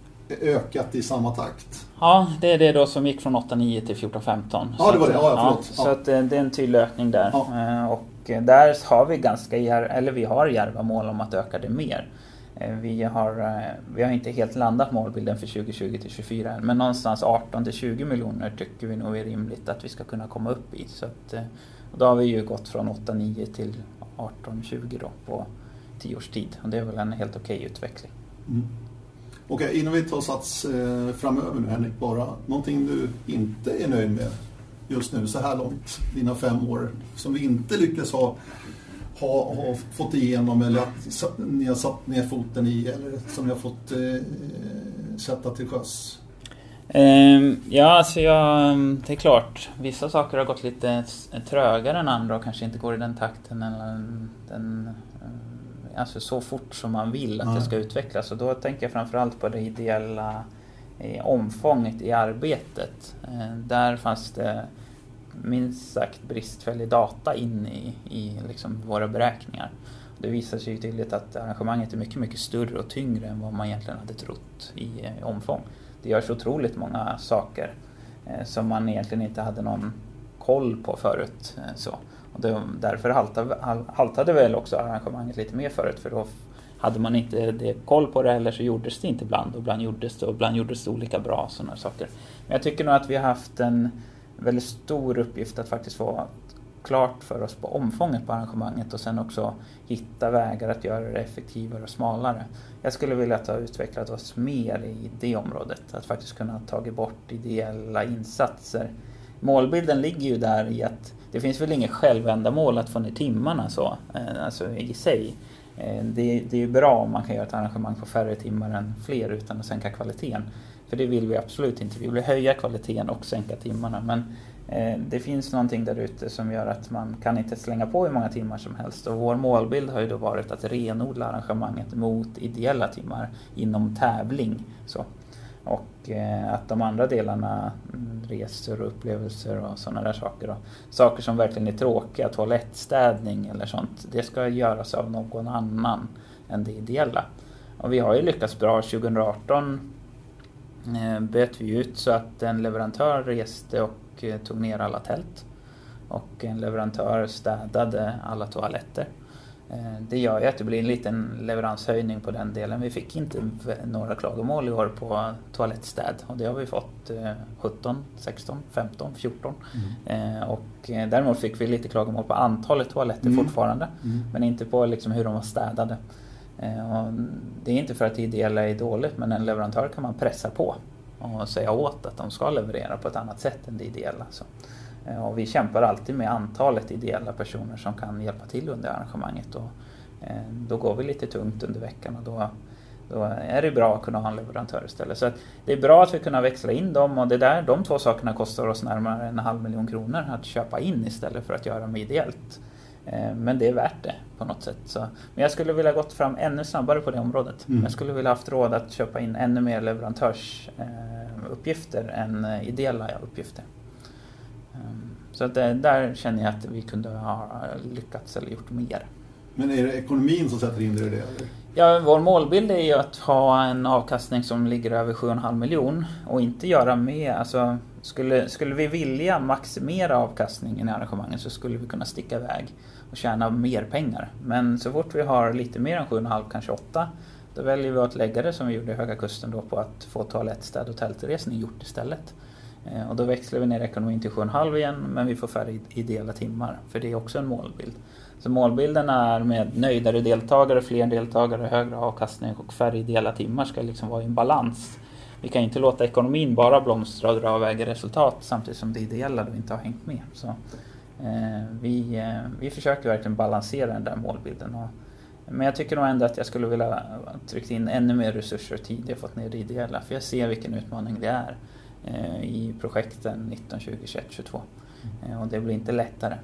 [SPEAKER 2] ökat i samma takt?
[SPEAKER 1] Ja, det är det då som gick från åtta nio till fjorton femton.
[SPEAKER 2] Ja, det var det. Ja,
[SPEAKER 1] ja,
[SPEAKER 2] ja.
[SPEAKER 1] Så att det är en tydlig ökning där.
[SPEAKER 2] Ja.
[SPEAKER 1] Och där har vi ganska eller vi har djärva mål om att öka det mer. Vi har, vi har inte helt landat målbilden för tjugo tjugo till tjugofyra, men någonstans arton till tjugo miljoner tycker vi nog är rimligt att vi ska kunna komma upp i. Så att, och då har vi ju gått från åtta nio till arton tjugo då på tio års tid. Och det är väl en helt okej utveckling.
[SPEAKER 2] Mm. Okej, okay, innan vi tar sats eh, framöver nu, Henrik, bara någonting du inte är nöjd med just nu så här långt, dina fem år, som vi inte lyckas ha, ha, ha fått igenom, eller att ni har satt ner foten i, eller som ni har fått eh, sätta till sjöss?
[SPEAKER 1] Um, ja, alltså jag, det är klart, vissa saker har gått lite trögare än andra och kanske inte går i den takten eller den, alltså så fort som man vill att Nej. det ska utvecklas. Och då tänker jag framförallt på det ideella eh, omfånget i arbetet. Eh, där fanns det minst sagt bristfällig data in i, i liksom våra beräkningar. Det visar sig ju tydligt att arrangemanget är mycket, mycket större och tyngre än vad man egentligen hade trott i eh, omfång. Det görs otroligt många saker eh, som man egentligen inte hade någon koll på förut. Eh, så. Och det, därför haltade, haltade väl också arrangemanget lite mer förut, för då hade man inte det koll på det, eller så gjordes det inte ibland och ibland gjordes det och ibland gjordes det olika bra sådana saker. Men jag tycker nog att vi har haft en väldigt stor uppgift att faktiskt få klart för oss på omfånget på arrangemanget och sen också hitta vägar att göra det effektivare och smalare. Jag skulle vilja att ha utvecklat oss mer i det området, att faktiskt kunna ta bort ideella insatser. Målbilden ligger ju där i att det finns väl inget självändamål att få ner timmarna så, alltså i sig. Det, det är ju bra om man kan göra ett arrangemang på färre timmar än fler utan att sänka kvaliteten. För det vill vi absolut inte. Vi vill höja kvaliteten och sänka timmarna. Men eh, det finns någonting där ute som gör att man kan inte slänga på hur många timmar som helst. Och vår målbild har ju då varit att renodla arrangemanget mot ideella timmar inom tävling. Så. Och eh, att de andra delarna, resor och upplevelser och sådana där saker. Och saker som verkligen är tråkiga, toalettstädning eller sånt. Det ska göras av någon annan än det ideella. Och vi har ju lyckats bra. tjugo arton eh, böt vi ut så att en leverantör reste och eh, tog ner alla tält. Och en leverantör städade alla toaletter. Det gör ju att det blir en liten leveranshöjning på den delen. Vi fick inte några klagomål i år på toalettstäd. Och det har vi fått sjutton, sexton, femton, fjorton. Mm. Och däremot fick vi lite klagomål på antalet toaletter mm. fortfarande. Mm. Men inte på liksom hur de var städade. Och det är inte för att det ideella är dåligt, men en leverantör kan man pressa på. Och säga åt att de ska leverera på ett annat sätt än det ideella. Så. Och vi kämpar alltid med antalet ideella personer som kan hjälpa till under arrangemanget. Och eh, då går vi lite tungt under veckan och då, då är det bra att kunna ha en leverantör istället. Så att det är bra att vi kan växla in dem, och det där, de två sakerna kostar oss närmare en halv miljon kronor att köpa in istället för att göra dem ideellt. Eh, men det är värt det på något sätt. Så, men jag skulle vilja gått fram ännu snabbare på det området. Mm. Jag skulle vilja haft råd att köpa in ännu mer leverantörsuppgifter eh, än ideella uppgifter. Så att där känner jag att vi kunde ha lyckats eller gjort mer.
[SPEAKER 2] Men är det ekonomin som sätter in det i det? Eller?
[SPEAKER 1] Ja, vår målbild är ju att ha en avkastning som ligger över sju komma fem miljon och inte göra med, alltså skulle, skulle vi vilja maximera avkastningen i arrangemangen så skulle vi kunna sticka iväg och tjäna mer pengar. Men så fort vi har lite mer än sju komma fem, kanske åtta, då väljer vi att lägga det som vi gjorde i Höga Kusten då på att få toalettstäd och tältresning gjort istället. Och då växlar vi ner ekonomin till sju komma fem igen, men vi får färre ideella timmar. För det är också en målbild. Så målbilden är med nöjdare deltagare, fler deltagare, högre avkastning och färre ideella timmar ska liksom vara i en balans. Vi kan inte låta ekonomin bara blomstra och dra iväg resultat samtidigt som det ideella då inte har hängt med. Så, eh, vi, eh, vi försöker verkligen balansera den där målbilden. Och, men jag tycker nog ändå att jag skulle vilja trycka in ännu mer resurser och tid. Jag har fått ner det ideella, för jag ser vilken utmaning det är i projekten nitton, tjugo, tjugoett, tjugotvå. Och det blir inte lättare.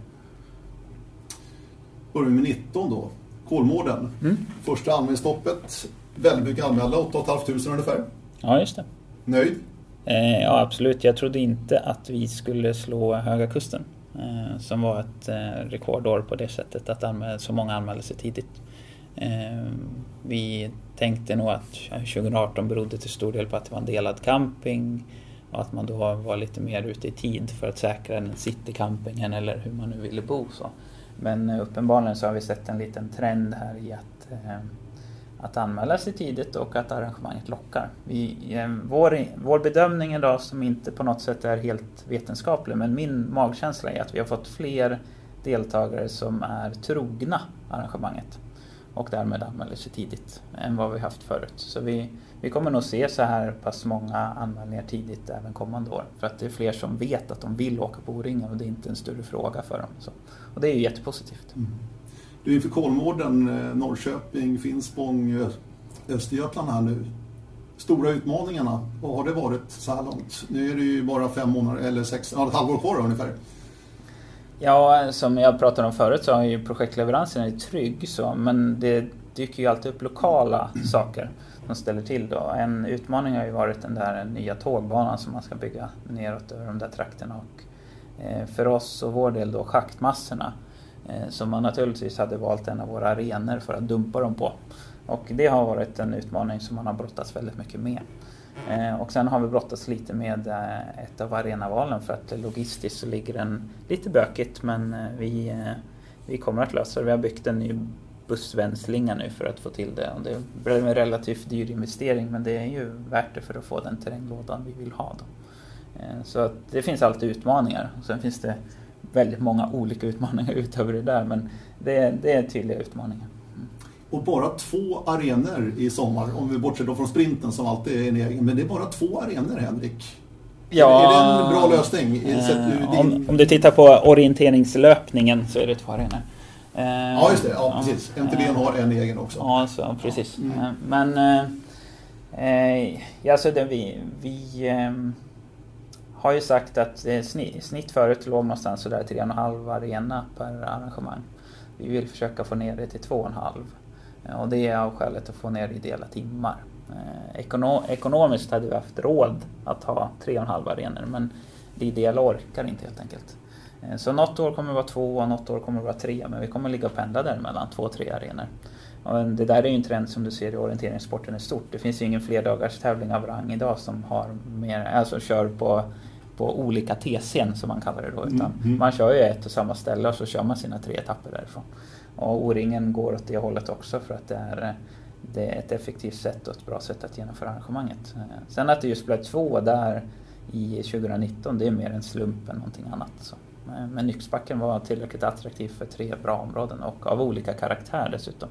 [SPEAKER 2] Börjar vi med nitton då. Kolmården. Mm. Första anmälningsstoppet. Väldigt mycket anmälda. åtta tusen femhundra ungefär.
[SPEAKER 1] Ja, just det.
[SPEAKER 2] Nöjd?
[SPEAKER 1] Eh, ja, absolut. Jag trodde inte att vi skulle slå Höga Kusten. Eh, som var ett eh, rekordår på det sättet att anmäla, så många anmälde sig tidigt. Vi tänkte nog att tjugo arton berodde till stor del på att det var en delad camping och att man då var lite mer ute i tid för att säkra den citycampingen eller hur man nu ville bo. Så. Men uppenbarligen så har vi sett en liten trend här i att, att anmäla sig tidigt och att arrangemanget lockar. Vi, vår, vår bedömning idag, som inte på något sätt är helt vetenskaplig, men min magkänsla är att vi har fått fler deltagare som är trogna arrangemanget och därmed anmäler sig tidigt än vad vi haft förut. Så vi, vi kommer nog se så här pass många anmälningar tidigt även kommande år. För att det är fler som vet att de vill åka på O-ringen och det är inte en större fråga för dem. Så. Och det är ju jättepositivt. Mm.
[SPEAKER 2] Du är inför Kolmården, Norrköping, Finspång, Östergötland här nu. Stora utmaningarna, vad har det varit så här långt? Nu är det ju bara fem månader eller sex, ja, ett halvår kvar ungefär.
[SPEAKER 1] Ja, som jag pratade om förut så är ju projektleveransen är trygg så, men det dyker ju alltid upp lokala saker som ställer till då. En utmaning har ju varit den där nya tågbanan som man ska bygga neråt över de där trakterna och eh, för oss och vår del då schaktmassorna eh, som man naturligtvis hade valt en av våra arenor för att dumpa dem på. Och det har varit en utmaning som man har brottats väldigt mycket med. Och sen har vi brottats lite med ett av arenavalen för att logistiskt så ligger den lite bökigt, men vi, vi kommer att lösa det. Vi har byggt en ny bussvändslinga nu för att få till det. Och det blir en relativt dyr investering, men det är ju värt det för att få den terränglådan vi vill ha då. Så att det finns alltid utmaningar. Och sen finns det väldigt många olika utmaningar utöver det där, men det, det är tydliga utmaningar.
[SPEAKER 2] Och bara två arenor i sommar, om vi bortser då från sprinten som alltid är en egen. Men det är bara två arenor, Henrik. Ja, är det en bra lösning?
[SPEAKER 1] Eh, om, om du tittar på orienteringslöpningen så är det två arenor.
[SPEAKER 2] Eh, ja, just det. Ja, precis. M T B har en egen också.
[SPEAKER 1] Ja, så, precis. Mm. Men eh, ja, så det, vi, vi eh, har ju sagt att snitt, snitt förut låg någonstans så där tre och en halv arena per arrangemang. Vi vill försöka få ner det till två och en halv. Och det är av skälet att få ner ideella timmar. Ekonom- ekonomiskt hade vi haft råd att ha tre och en halv arenor, men det ideella orkar inte helt enkelt. Så något år kommer det vara två och något år kommer det vara tre, men vi kommer ligga och pendla där mellan två och tre arenor. Och det där är ju en trend som du ser i orienteringssporten är stort. Det finns ju ingen flerdagars tävling av rang idag som har mer, alltså kör på på olika T C:n som man kallar det då, utan mm. man kör ju ett och samma ställe och så kör man sina tre etapper därifrån. Och O-ringen går åt det hållet också för att det är, det är ett effektivt sätt och ett bra sätt att genomföra arrangemanget. Sen att det just blev två där i tjugonitton, det är mer en slump än någonting annat. Så. Men Nyxbacken var tillräckligt attraktiv för tre bra områden och av olika karaktär dessutom.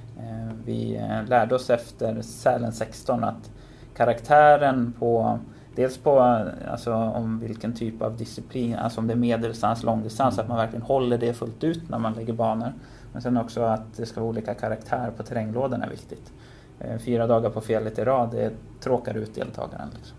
[SPEAKER 1] Vi lärde oss efter Sälen sexton att karaktären på dels på alltså, om vilken typ av disciplin, alltså om det är medeldistans, långdistans, att man verkligen håller det fullt ut när man lägger banor. Men sen också att det ska vara olika karaktär på terränglådorna är viktigt. Fyra dagar på fjället i rad, det tråkar ut deltagaren. Liksom.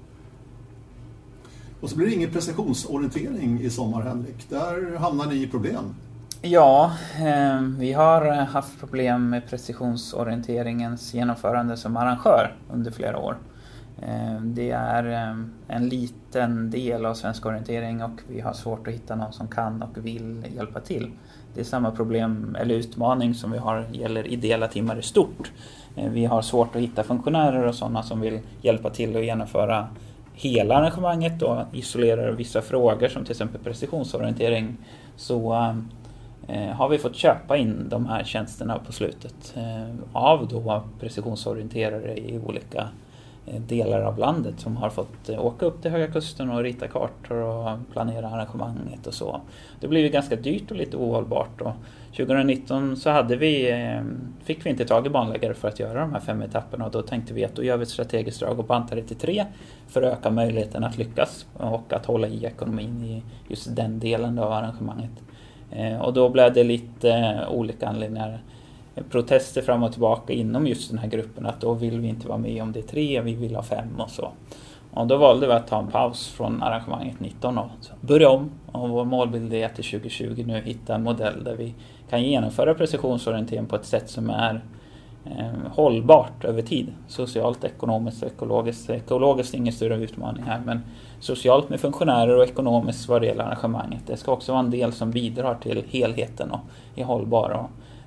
[SPEAKER 2] Och så blir det ingen prestationsorientering i sommar, Henrik. Där hamnar ni i problem.
[SPEAKER 1] Ja, eh, vi har haft problem med precisionsorienteringens genomförande som arrangör under flera år. Det är en liten del av svensk orientering och vi har svårt att hitta någon som kan och vill hjälpa till. Det är samma problem eller utmaning som vi har gäller ideella timmar i stort. Vi har svårt att hitta funktionärer och sådana som vill hjälpa till att genomföra hela arrangemanget och isolera vissa frågor som till exempel precisionsorientering. Så eh, har vi fått köpa in de här tjänsterna på slutet eh, av då precisionsorienterare i olika delar av landet som har fått åka upp till Höga Kusten och rita kartor och planera arrangemanget och så. Det blev ju ganska dyrt och lite ohållbart. Och tjugonitton så hade vi, fick vi inte tag i banläggare för att göra de här fem etapperna och då tänkte vi att då gör vi ett strategiskt drag och bantar det till tre för att öka möjligheten att lyckas och att hålla i ekonomin i just den delen av arrangemanget. Och då blev det lite olika anledningar. Protester fram och tillbaka inom just den här gruppen att då vill vi inte vara med om det är tre, vi vill ha fem och så. Och då valde vi att ta en paus från arrangemanget nitton och börja om. Och vår målbild är att till tjugo tjugo nu hitta en modell där vi kan genomföra precisionsorientering på ett sätt som är eh, hållbart över tid. Socialt, ekonomiskt och ekologiskt. Ekologiskt är ingen större utmaning här, men socialt med funktionärer och ekonomiskt vad det gäller arrangemanget. Det ska också vara en del som bidrar till helheten och är hållbar och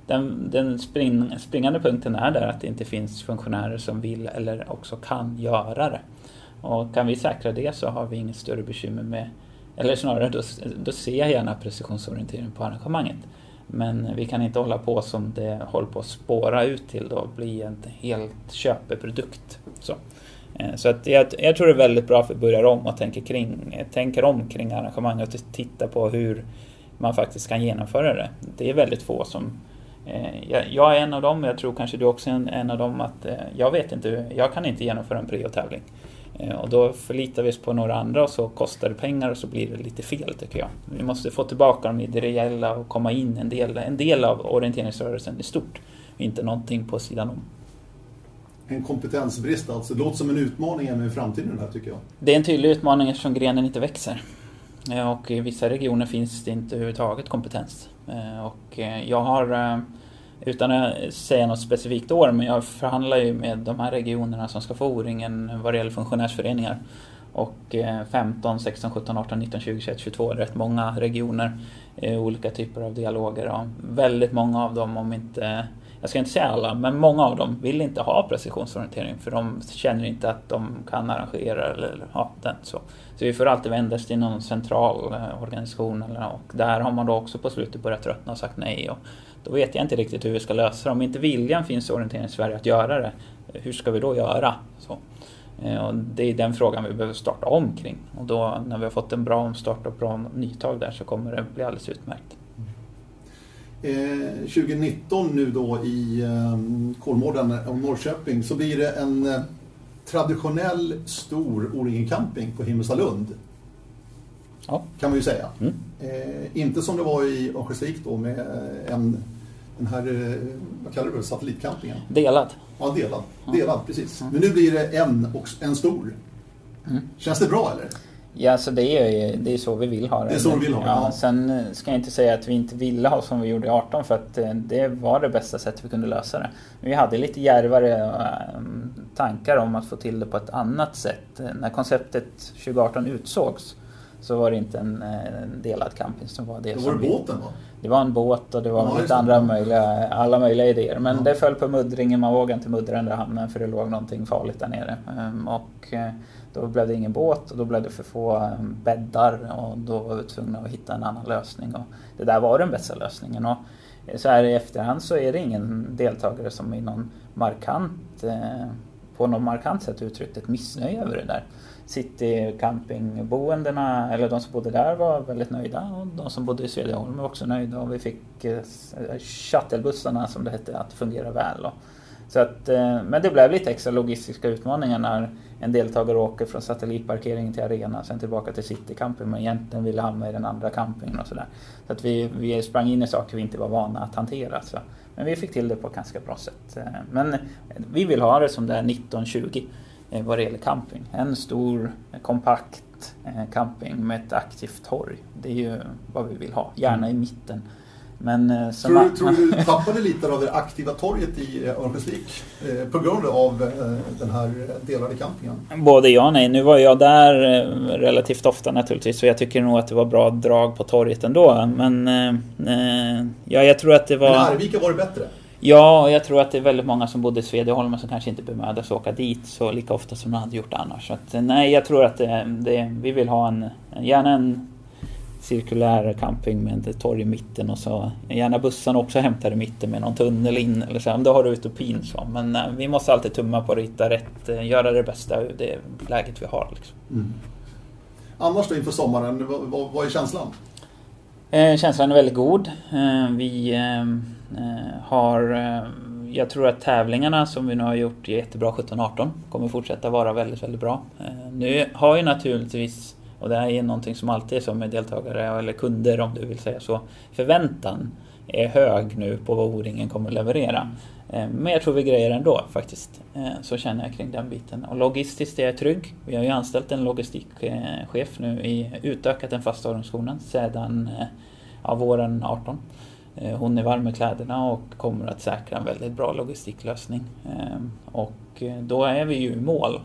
[SPEAKER 1] den, den spring, springande punkten är där att det inte finns funktionärer som vill eller också kan göra det. Och kan vi säkra det så har vi inget större bekymmer med, eller snarare då, då ser jag gärna precisionsorientering på arrangemanget. Men vi kan inte hålla på som det håller på att spåra ut till då, bli en helt köpeprodukt. Så, så att jag, jag tror det är väldigt bra för att börja om och tänka kring, tänker om kring arrangemanget och titta på hur man faktiskt kan genomföra det. Det är väldigt få som... Eh, jag, jag är en av dem, jag tror kanske du också är en, en av dem, att eh, jag vet inte, jag kan inte genomföra en prio-tävling. Eh, och då förlitar vi oss på några andra och så kostar det pengar och så blir det lite fel, tycker jag. Vi måste få tillbaka dem i det reella och komma in en del, en del av orienteringsrörelsen i stort. Inte någonting på sidan om.
[SPEAKER 2] En kompetensbrist alltså. Det låter som en utmaning även i framtiden här, tycker jag.
[SPEAKER 1] Det är en tydlig utmaning eftersom grenen inte växer. Och i vissa regioner finns det inte överhuvudtaget kompetens. Och jag har, utan att säga något specifikt år, men jag förhandlar ju med de här regionerna som ska få O-ringen vad det gäller funktionärsföreningar. Och femton, sexton, sjutton, arton, nitton, tjugo, tjugoett, tjugotvå, rätt många regioner, olika typer av dialoger. Och väldigt många av dem, om inte... Jag ska inte säga alla, men många av dem vill inte ha precisionsorientering för de känner inte att de kan arrangera eller ha den så. Så vi får alltid vända oss till någon central organisation eller något. Där har man då också på slutet börjat tröttna och sagt nej. Och då vet jag inte riktigt hur vi ska lösa det. Om inte viljan finns i orientering i Sverige att göra det, hur ska vi då göra? Så. Och det är den frågan vi behöver starta om kring. Och då när vi har fått en bra omstart och bra nytag där så kommer det bli alldeles utmärkt.
[SPEAKER 2] Eh, tjugonitton nu då i eh, Kolmården och Norrköping så blir det en eh, traditionell stor O-ringen camping på Himmelstalund. Ja. Kan man ju säga. Mm. Eh, inte som det var i Örnsköldsvik då med en, den här, eh, vad kallar du det, satellitcampingen?
[SPEAKER 1] Delad.
[SPEAKER 2] Ja, delad. Delad, precis. Mm. Men nu blir det en, och en stor. Mm. Känns det bra eller?
[SPEAKER 1] Ja, så det är det är så vi vill ha det.
[SPEAKER 2] Det är så vi vill ha det.
[SPEAKER 1] Ja,
[SPEAKER 2] ja.
[SPEAKER 1] Sen ska jag inte säga att vi inte ville ha som vi gjorde i arton för att det var det bästa sättet vi kunde lösa det. Vi hade lite djärvare tankar om att få till det på ett annat sätt. När konceptet tjugo arton utsågs så var det inte en, en delad camping som var det.
[SPEAKER 2] Det
[SPEAKER 1] som
[SPEAKER 2] var det
[SPEAKER 1] vi,
[SPEAKER 2] båten va?
[SPEAKER 1] Det var en båt och det var
[SPEAKER 2] ja,
[SPEAKER 1] lite andra möjliga, alla möjliga idéer. Men
[SPEAKER 2] ja.
[SPEAKER 1] Det föll på muddringen, man vågade inte muddra den där hamnen för det låg någonting farligt där nere. Och då blev det ingen båt och då blev det för få bäddar och då var vi tvungna att hitta en annan lösning. Och det där var den bästa lösningen. Och så här i efterhand så är det ingen deltagare som i någon markant, på någon markant sätt uttryckt ett missnöje över det där. City-campingboendena, eller de som bodde där var väldigt nöjda och de som bodde i Svedjeholm var också nöjda och vi fick shuttlebussarna som det hette att fungera väl. Så att, men det blev lite extra logistiska utmaningar när en deltagare åker från satellitparkeringen till arena sen tillbaka till citycamping men egentligen ville hamna i den andra campingen och sådär. Så att vi, vi sprang in i saker vi inte var vana att hantera. Så. Men vi fick till det på ett ganska bra sätt. Men vi vill ha det som det är nitton tjugo vad det gäller camping. En stor, kompakt camping med ett aktivt torg. Det är ju vad vi vill ha. Gärna i mitten. Men, som
[SPEAKER 2] tror, du, tror du tappade lite av det aktiva torget i Örnsköldsvik eh, på grund av eh, den här delade campingen?
[SPEAKER 1] Både ja och nej. Nu var jag där eh, relativt ofta naturligtvis så jag tycker nog att det var bra drag på torget ändå. Men eh, ja, jag tror att det var...
[SPEAKER 2] Men Arvika var det bättre?
[SPEAKER 1] Ja, jag tror att det är väldigt många som bodde i Svedjeholm som kanske inte bemödas åka dit så lika ofta som de hade gjort annars. Så att, nej, jag tror att det, det, vi vill ha en, gärna en cirkulär camping med ett torg i mitten och så gärna bussen också hämtar i mitten med någon tunnel in eller så. Då har du utopin så. Men nej, vi måste alltid tumma på att hitta rätt, göra det bästa ur det läget vi har. Liksom.
[SPEAKER 2] Mm. Annars då inför sommaren, vad, vad, vad är känslan?
[SPEAKER 1] Eh, känslan är väldigt god. Eh, vi eh, har, eh, jag tror att tävlingarna som vi nu har gjort är jättebra sjutton arton kommer fortsätta vara väldigt, väldigt bra. Eh, nu har ju naturligtvis, och det här är någonting som alltid är så med deltagare eller kunder om du vill säga så, förväntan är hög nu på vad O-ringen kommer att leverera. Eh, men jag tror vi grejer ändå faktiskt. Eh, så känner jag kring den biten. Och logistiskt är jag trygg. Vi har ju anställt en logistikchef nu i utökat den fasta organisationen sedan eh, ja, våren arton. Eh, hon är varm med kläderna och kommer att säkra en väldigt bra logistiklösning. Eh, och då är vi ju i mål.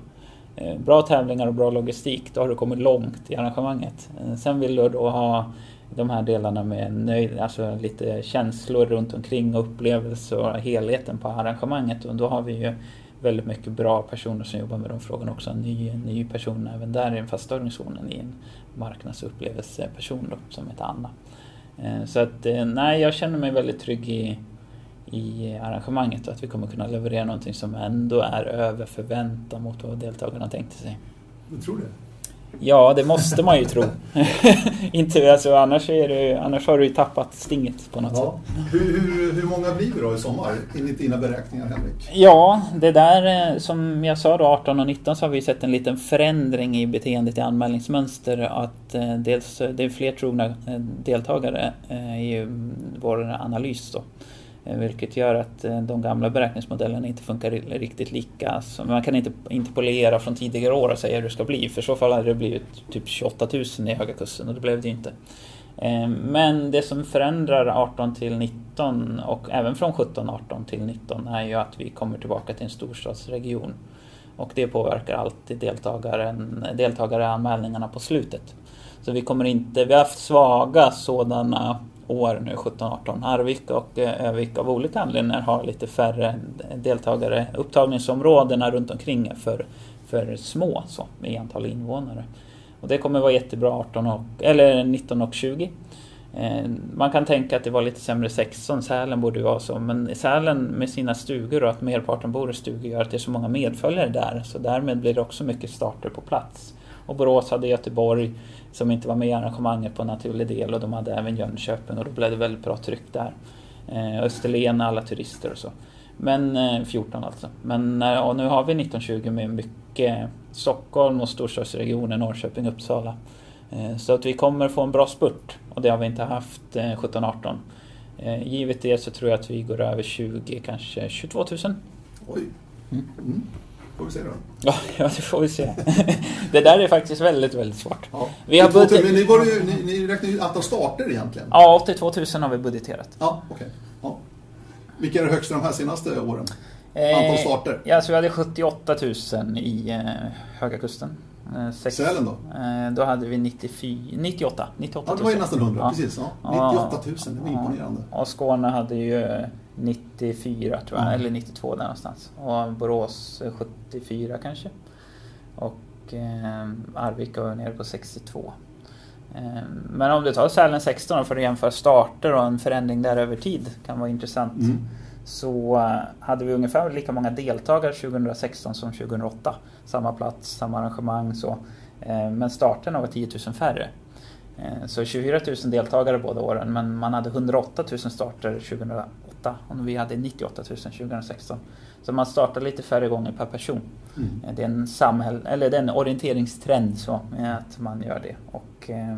[SPEAKER 1] bra tävlingar och bra logistik, då har du kommit långt i arrangemanget. Sen vill du då ha de här delarna med nöjd, alltså lite känslor runt omkring, upplevelser och helheten på arrangemanget. Och då har vi ju väldigt mycket bra personer som jobbar med de frågorna också. En ny, en ny person även där i den fasta organisationen, i en marknadsupplevelseperson då, som heter Anna. Så att nej, jag känner mig väldigt trygg i, i arrangemanget och att vi kommer kunna leverera någonting som ändå är över förväntan mot vad deltagarna tänkte sig.
[SPEAKER 2] Du tror det?
[SPEAKER 1] Ja, det måste man ju tro. Inte, alltså, annars, är det, annars har du ju tappat stinget på något ja. sätt.
[SPEAKER 2] Hur, hur, hur många blir vi då i sommar enligt dina beräkningar, Henrik?
[SPEAKER 1] Ja, det där som jag sa då, arton och nitton, så har vi sett en liten förändring i beteendet i anmälningsmönster. Att eh, dels det är fler trogna deltagare eh, i vår analys då. Vilket gör att de gamla beräkningsmodellerna inte funkar riktigt lika. Så man kan inte interpolera från tidigare år och säga hur det ska bli. För så fall hade det blivit typ tjugoåtta tusen i höga kursen och det blev det inte. Men det som förändrar arton till nitton och även från sjutton arton till nitton är ju att vi kommer tillbaka till en storstadsregion. Och det påverkar alltid deltagaren, deltagaranmälningarna på slutet. Så vi kommer inte, vi har haft svaga sådana år nu, sjutton arton. Arvika och Övik av olika anledningar har lite färre deltagare. Upptagningsområdena runt omkring är för, för små så, i antal invånare. Och det kommer vara jättebra arton och, eller nitton och tjugo. Eh, man kan tänka att det var lite sämre sexton, Sälen borde vara så. Men Sälen med sina stugor och att merparten bor i stugor gör att det är så många medföljare där. Så därmed blir det också mycket starter på plats. Och Borås hade Göteborg som inte var med i arrangemanget på en naturlig del, och de hade även Jönköping och då blev det väldigt bra tryck där. Eh, Österlen, alla turister och så. Men eh, fjorton alltså. Men eh, nu har vi nitton tjugo med mycket Stockholm och storstadsregionen, Norrköping, Uppsala. Eh, så att vi kommer få en bra spurt, och det har vi inte haft eh, sjutton arton. Eh, givet det så tror jag att vi går över tjugo, kanske tjugotvå tusen.
[SPEAKER 2] Oj. Mm. Mm. Får vi se då?
[SPEAKER 1] Ja, ja, det får vi se. Det där är faktiskt väldigt, väldigt svårt. Ja. Vi har
[SPEAKER 2] budget... Men ni, var ju, ni, ni räknar ju antal starter egentligen.
[SPEAKER 1] Ja, åttiotvå tusen har vi budgeterat.
[SPEAKER 2] Ja, okej. Okay. Ja. Vilka är det högsta de här senaste åren? Antal starter?
[SPEAKER 1] Eh, ja, så vi hade sjuttioåtta tusen i eh, Höga Kusten. Eh, sex,
[SPEAKER 2] Sälen då?
[SPEAKER 1] Eh, då hade vi nittiofyra, nittioåtta, nittioåtta tusen.
[SPEAKER 2] Ja, det var ju nästan hundra, ja. Precis. Ja. nittioåtta tusen, det var
[SPEAKER 1] ja.
[SPEAKER 2] imponerande.
[SPEAKER 1] Och Skåne hade ju nittiofyra tror jag,
[SPEAKER 2] ja.
[SPEAKER 1] eller nittiotvå där någonstans. Och Borås sjuttiofyra kanske. Och eh, Arvika var nere på sextiotvå. Eh, men om du tar Sälen sexton för att jämföra starter och en förändring där över tid kan vara intressant. Mm. Så uh, hade vi ungefär lika många deltagare tjugohundrasexton som tjugohundraåtta. Samma plats, samma arrangemang så. Eh, men starterna var tio tusen färre. Eh, så tjugofyra tusen deltagare båda åren, men man hade hundraåtta tusen starter tjugohundraåtta och vi hade nittioåtta tusen tjugohundrasexton. Så man startar lite färre gånger per person. Mm. Eh, det är en samhäll, eller det är en orienteringstrend så, med att man gör det. Och eh,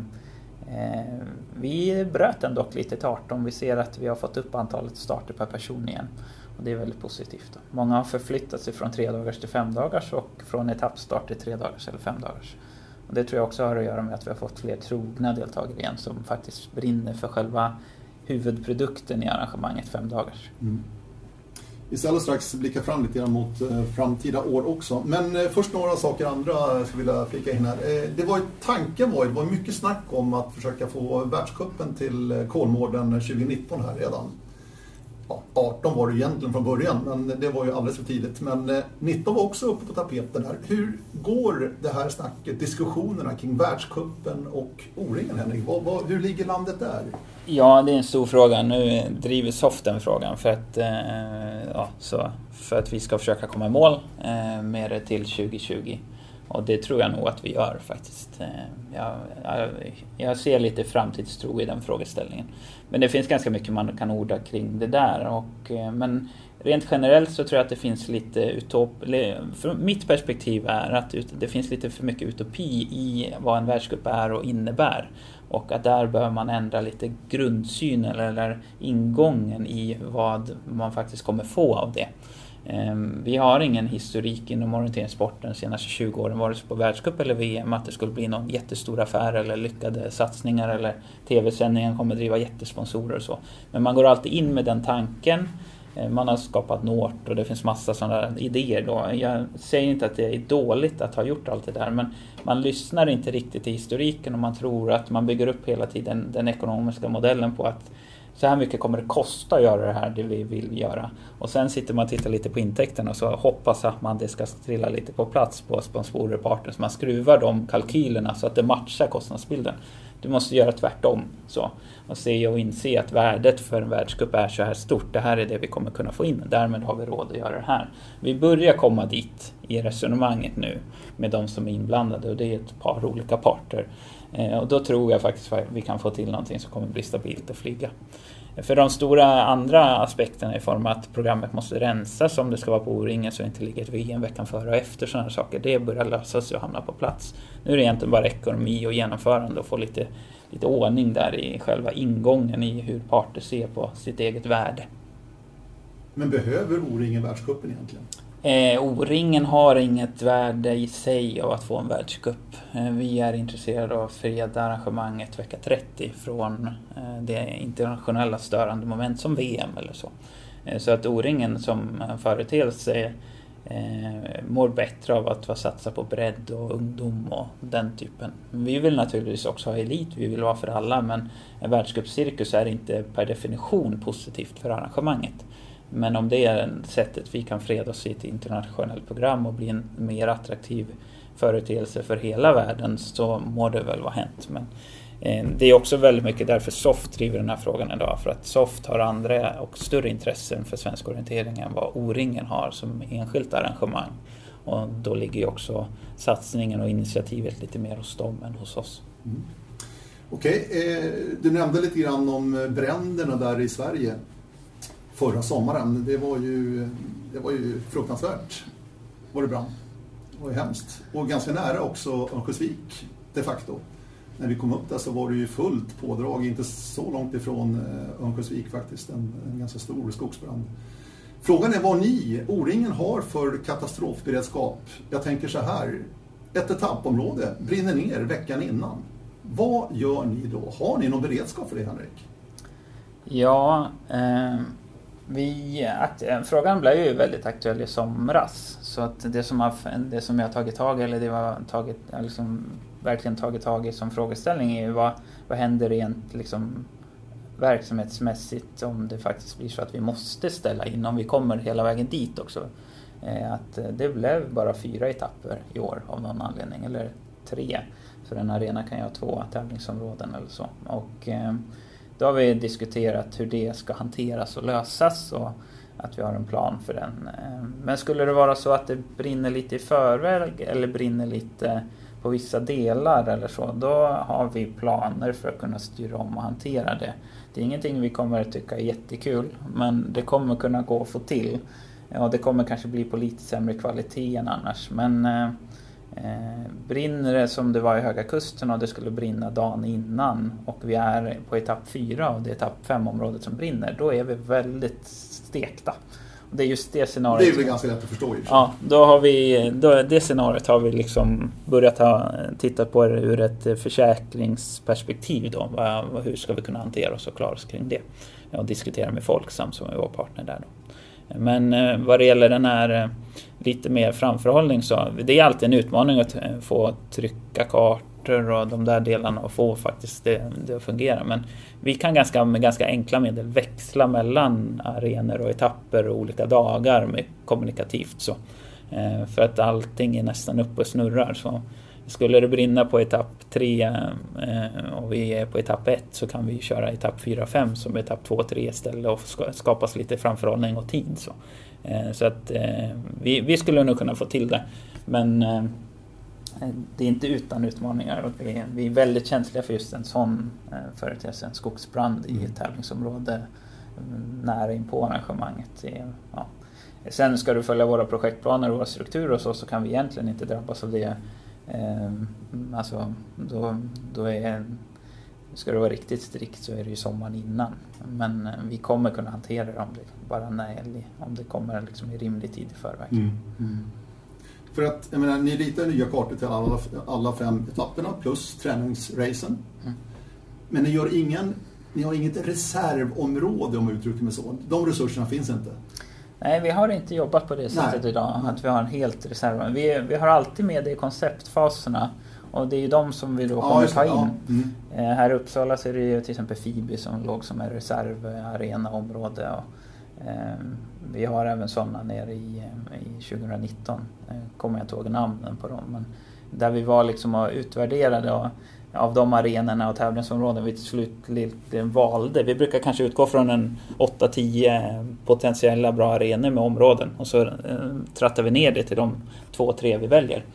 [SPEAKER 1] Eh, vi bröt den dock lite till arton. Vi ser att vi har fått upp antalet starter per person igen. Och det är väldigt positivt då. Många har förflyttat sig från tre dagars till fem dagars och från etappstart till tre dagars eller fem dagars. Och det tror jag också har att göra med att vi har fått fler trogna deltagare igen som faktiskt brinner för själva huvudprodukten i arrangemanget fem dagars.
[SPEAKER 2] Mm. Vi ska strax blicka fram lite grann mot eh, framtida år också. Men eh, först några saker andra jag skulle vilja flika in här. Eh, det var ju, tanken var ju, det var mycket snack om att försöka få världscupen till eh, Kolmården tjugonitton här redan. Ja, arton var det egentligen från början, men det var ju alldeles för tidigt. Men eh, nitton var också uppe på tapeten här. Hur går det här snacket, diskussionerna kring världscupen och O-ringen, Henrik? Vad, vad, hur ligger landet där?
[SPEAKER 1] Ja, det är en stor fråga. Nu driver Soft den frågan för att, eh, ja, så för att vi ska försöka komma i mål eh, med det till tjugo tjugo. Och det tror jag nog att vi gör faktiskt. Jag, jag, jag ser lite framtidstro i den frågeställningen. Men det finns ganska mycket man kan orda kring det där. Och, men rent generellt så tror jag att det finns lite utop... Från mitt perspektiv är att det finns lite för mycket utopi i vad en världscup är och innebär. Och att där behöver man ändra lite grundsyn eller, eller ingången i vad man faktiskt kommer få av det. Vi har ingen historik inom orienteringssporten de senaste tjugo åren, vare sig på världscup eller V M, att det skulle bli någon jättestor affär eller lyckade satsningar eller tv-sändningen kommer driva jättesponsorer och så. Men man går alltid in med den tanken Man har skapat Nort och det finns massa sådana idéer då. Jag säger inte att det är dåligt att ha gjort allt det där, men man lyssnar inte riktigt i historiken och man tror att man bygger upp hela tiden den ekonomiska modellen på att så här mycket kommer det kosta att göra det här, det vi vill göra. Och sen sitter man och tittar lite på intäkterna och så hoppas att man det ska trilla lite på plats på sponsorer och partners. Man skruvar de kalkylerna så att det matchar kostnadsbilden. Du måste göra tvärtom så. Och se och inse att värdet för en världscup är så här stort. Det här är det vi kommer kunna få in. Därmed har vi råd att göra det här. Vi börjar komma dit i resonemanget nu med de som är inblandade. Och det är ett par olika parter. Eh, och då tror jag faktiskt att vi kan få till någonting som kommer bli stabilt att flyga. För de stora andra aspekterna i form av att programmet måste rensas om det ska vara på O-ringen så inte ligger ett V M veckan före och efter sådana saker. Det börjar lösas och hamna på plats. Nu är det egentligen bara ekonomi och genomförande och få lite, lite ordning där i själva ingången i hur parter ser på sitt eget värde.
[SPEAKER 2] Men behöver O-ringen världscupen egentligen?
[SPEAKER 1] Eh, O-ringen har inget värde i sig av att få en världscup. Eh, vi är intresserade av att freda arrangemanget vecka trettio från eh, det internationella störande moment som V M eller så. Eh, så att O-ringen som företeelse eh, mår bättre av att vara satsa på bredd och ungdom och den typen. Vi vill naturligtvis också ha elit, vi vill vara för alla, men en världscupcirkus är inte per definition positivt för arrangemanget. Men om det är sättet vi kan freda oss i ett internationellt program och bli en mer attraktiv företeelse för hela världen så må det väl vara hänt. Men eh, det är också väldigt mycket därför Soft driver den här frågan idag. För att Soft har andra och större intressen för svensk orientering än vad O-ringen har som enskilt arrangemang. Och då ligger ju också satsningen och initiativet lite mer hos dem än hos oss.
[SPEAKER 2] Mm. Okej, eh, du nämnde lite grann om bränderna där i Sverige förra sommaren. Det var ju, det var ju fruktansvärt. Var det brann? Det var ju hemskt. Och ganska nära också Örnsköldsvik de facto. När vi kom upp där så var det ju fullt pådrag, inte så långt ifrån Örnsköldsvik faktiskt, en, en ganska stor skogsbrand. Frågan är vad ni, O-ringen, har för katastrofberedskap. Jag tänker så här, ett etappområde brinner ner veckan innan. Vad gör ni då? Har ni någon beredskap för det, Henrik?
[SPEAKER 1] Ja, eh... Vi, frågan blev ju väldigt aktuell i somras, så att det som, har, det som jag har tagit tag i, eller det var tagit, liksom, verkligen tagit tag i som frågeställning är vad, vad händer rent liksom, verksamhetsmässigt om det faktiskt blir så att vi måste ställa in, om vi kommer hela vägen dit också. Att det blev bara fyra etapper i år av någon anledning, eller tre, för en arena kan ju ha två tävlingsområden eller så. Och då har vi diskuterat hur det ska hanteras och lösas och att vi har en plan för den. Men skulle det vara så att det brinner lite i förväg eller brinner lite på vissa delar eller så, då har vi planer för att kunna styra om och hantera det. Det är ingenting vi kommer att tycka är jättekul, men det kommer kunna gå att få till. Och det kommer kanske bli på lite sämre kvalitet än annars, men Eh, brinner det som det var i Höga Kusten och det skulle brinna dagen innan och vi är på etapp fyra och det är etapp fem området som brinner, då är vi väldigt stekta. Och det är just det scenariot.
[SPEAKER 2] Det är väl ganska lätt att förstå.
[SPEAKER 1] Ja, då har vi, då, det scenariot har vi liksom börjat ha, titta på det ur ett försäkringsperspektiv då. Vad, hur ska vi kunna hantera oss och klara oss kring det? Och diskutera med Folksam som är vår partner där då. Men eh, vad det gäller den här eh, lite mer framförhållning så det är alltid en utmaning att eh, få trycka kartor och de där delarna och få faktiskt det, det att fungera. Men vi kan ganska, med ganska enkla medel växla mellan arenor och etapper och olika dagar med kommunikativt så. Eh, för att allting är nästan uppe och snurrar så. Skulle det brinna på etapp tre eh, och vi är på etapp ett så kan vi köra etapp fyra och fem som etapp två och tre istället och skapas lite framförhållning och tid. Så, eh, så att eh, vi, vi skulle nog kunna få till det. Men eh, det är inte utan utmaningar och vi, vi är väldigt känsliga för just en sån eh, företeelse, en skogsbrand i ett tävlingsområde nära in på arrangemanget. Det, ja. Sen ska du följa våra projektplaner och våra strukturer och så, så kan vi egentligen inte drabbas av det. Eh, alltså då, då är, ska det vara riktigt strikt så är det ju sommaren innan, men eh, vi kommer kunna hantera det om det bara när, om det kommer liksom i rimlig tid i förväg.
[SPEAKER 2] Mm. Mm. För att jag menar, ni ritar nya kartor till alla, alla fem etapperna plus träningsracen, mm. men ni gör ingen ni har inget reservområde om jag uttrycker mig så. De resurserna finns inte.
[SPEAKER 1] Nej, vi har inte jobbat på det sättet Nej. idag. Att vi har en helt reserv. Vi, vi har alltid med det i konceptfaserna. Och det är ju de som vi då kommer ja, ta in. Ja. Mm. Eh, här i Uppsala så är det ju till exempel Fibi som låg som en reservarena-område. Och, eh, vi har även sådana nere i, i tjugonitton. Eh, kommer jag inte ihåg namnen på dem. Men där vi var liksom och utvärderade och, av de arenorna och tävlingsområden vi till slut valde. Vi brukar kanske utgå från en åtta tio potentiella bra arenor med områden. Och så eh, trattar vi ner det till de två tre vi väljer.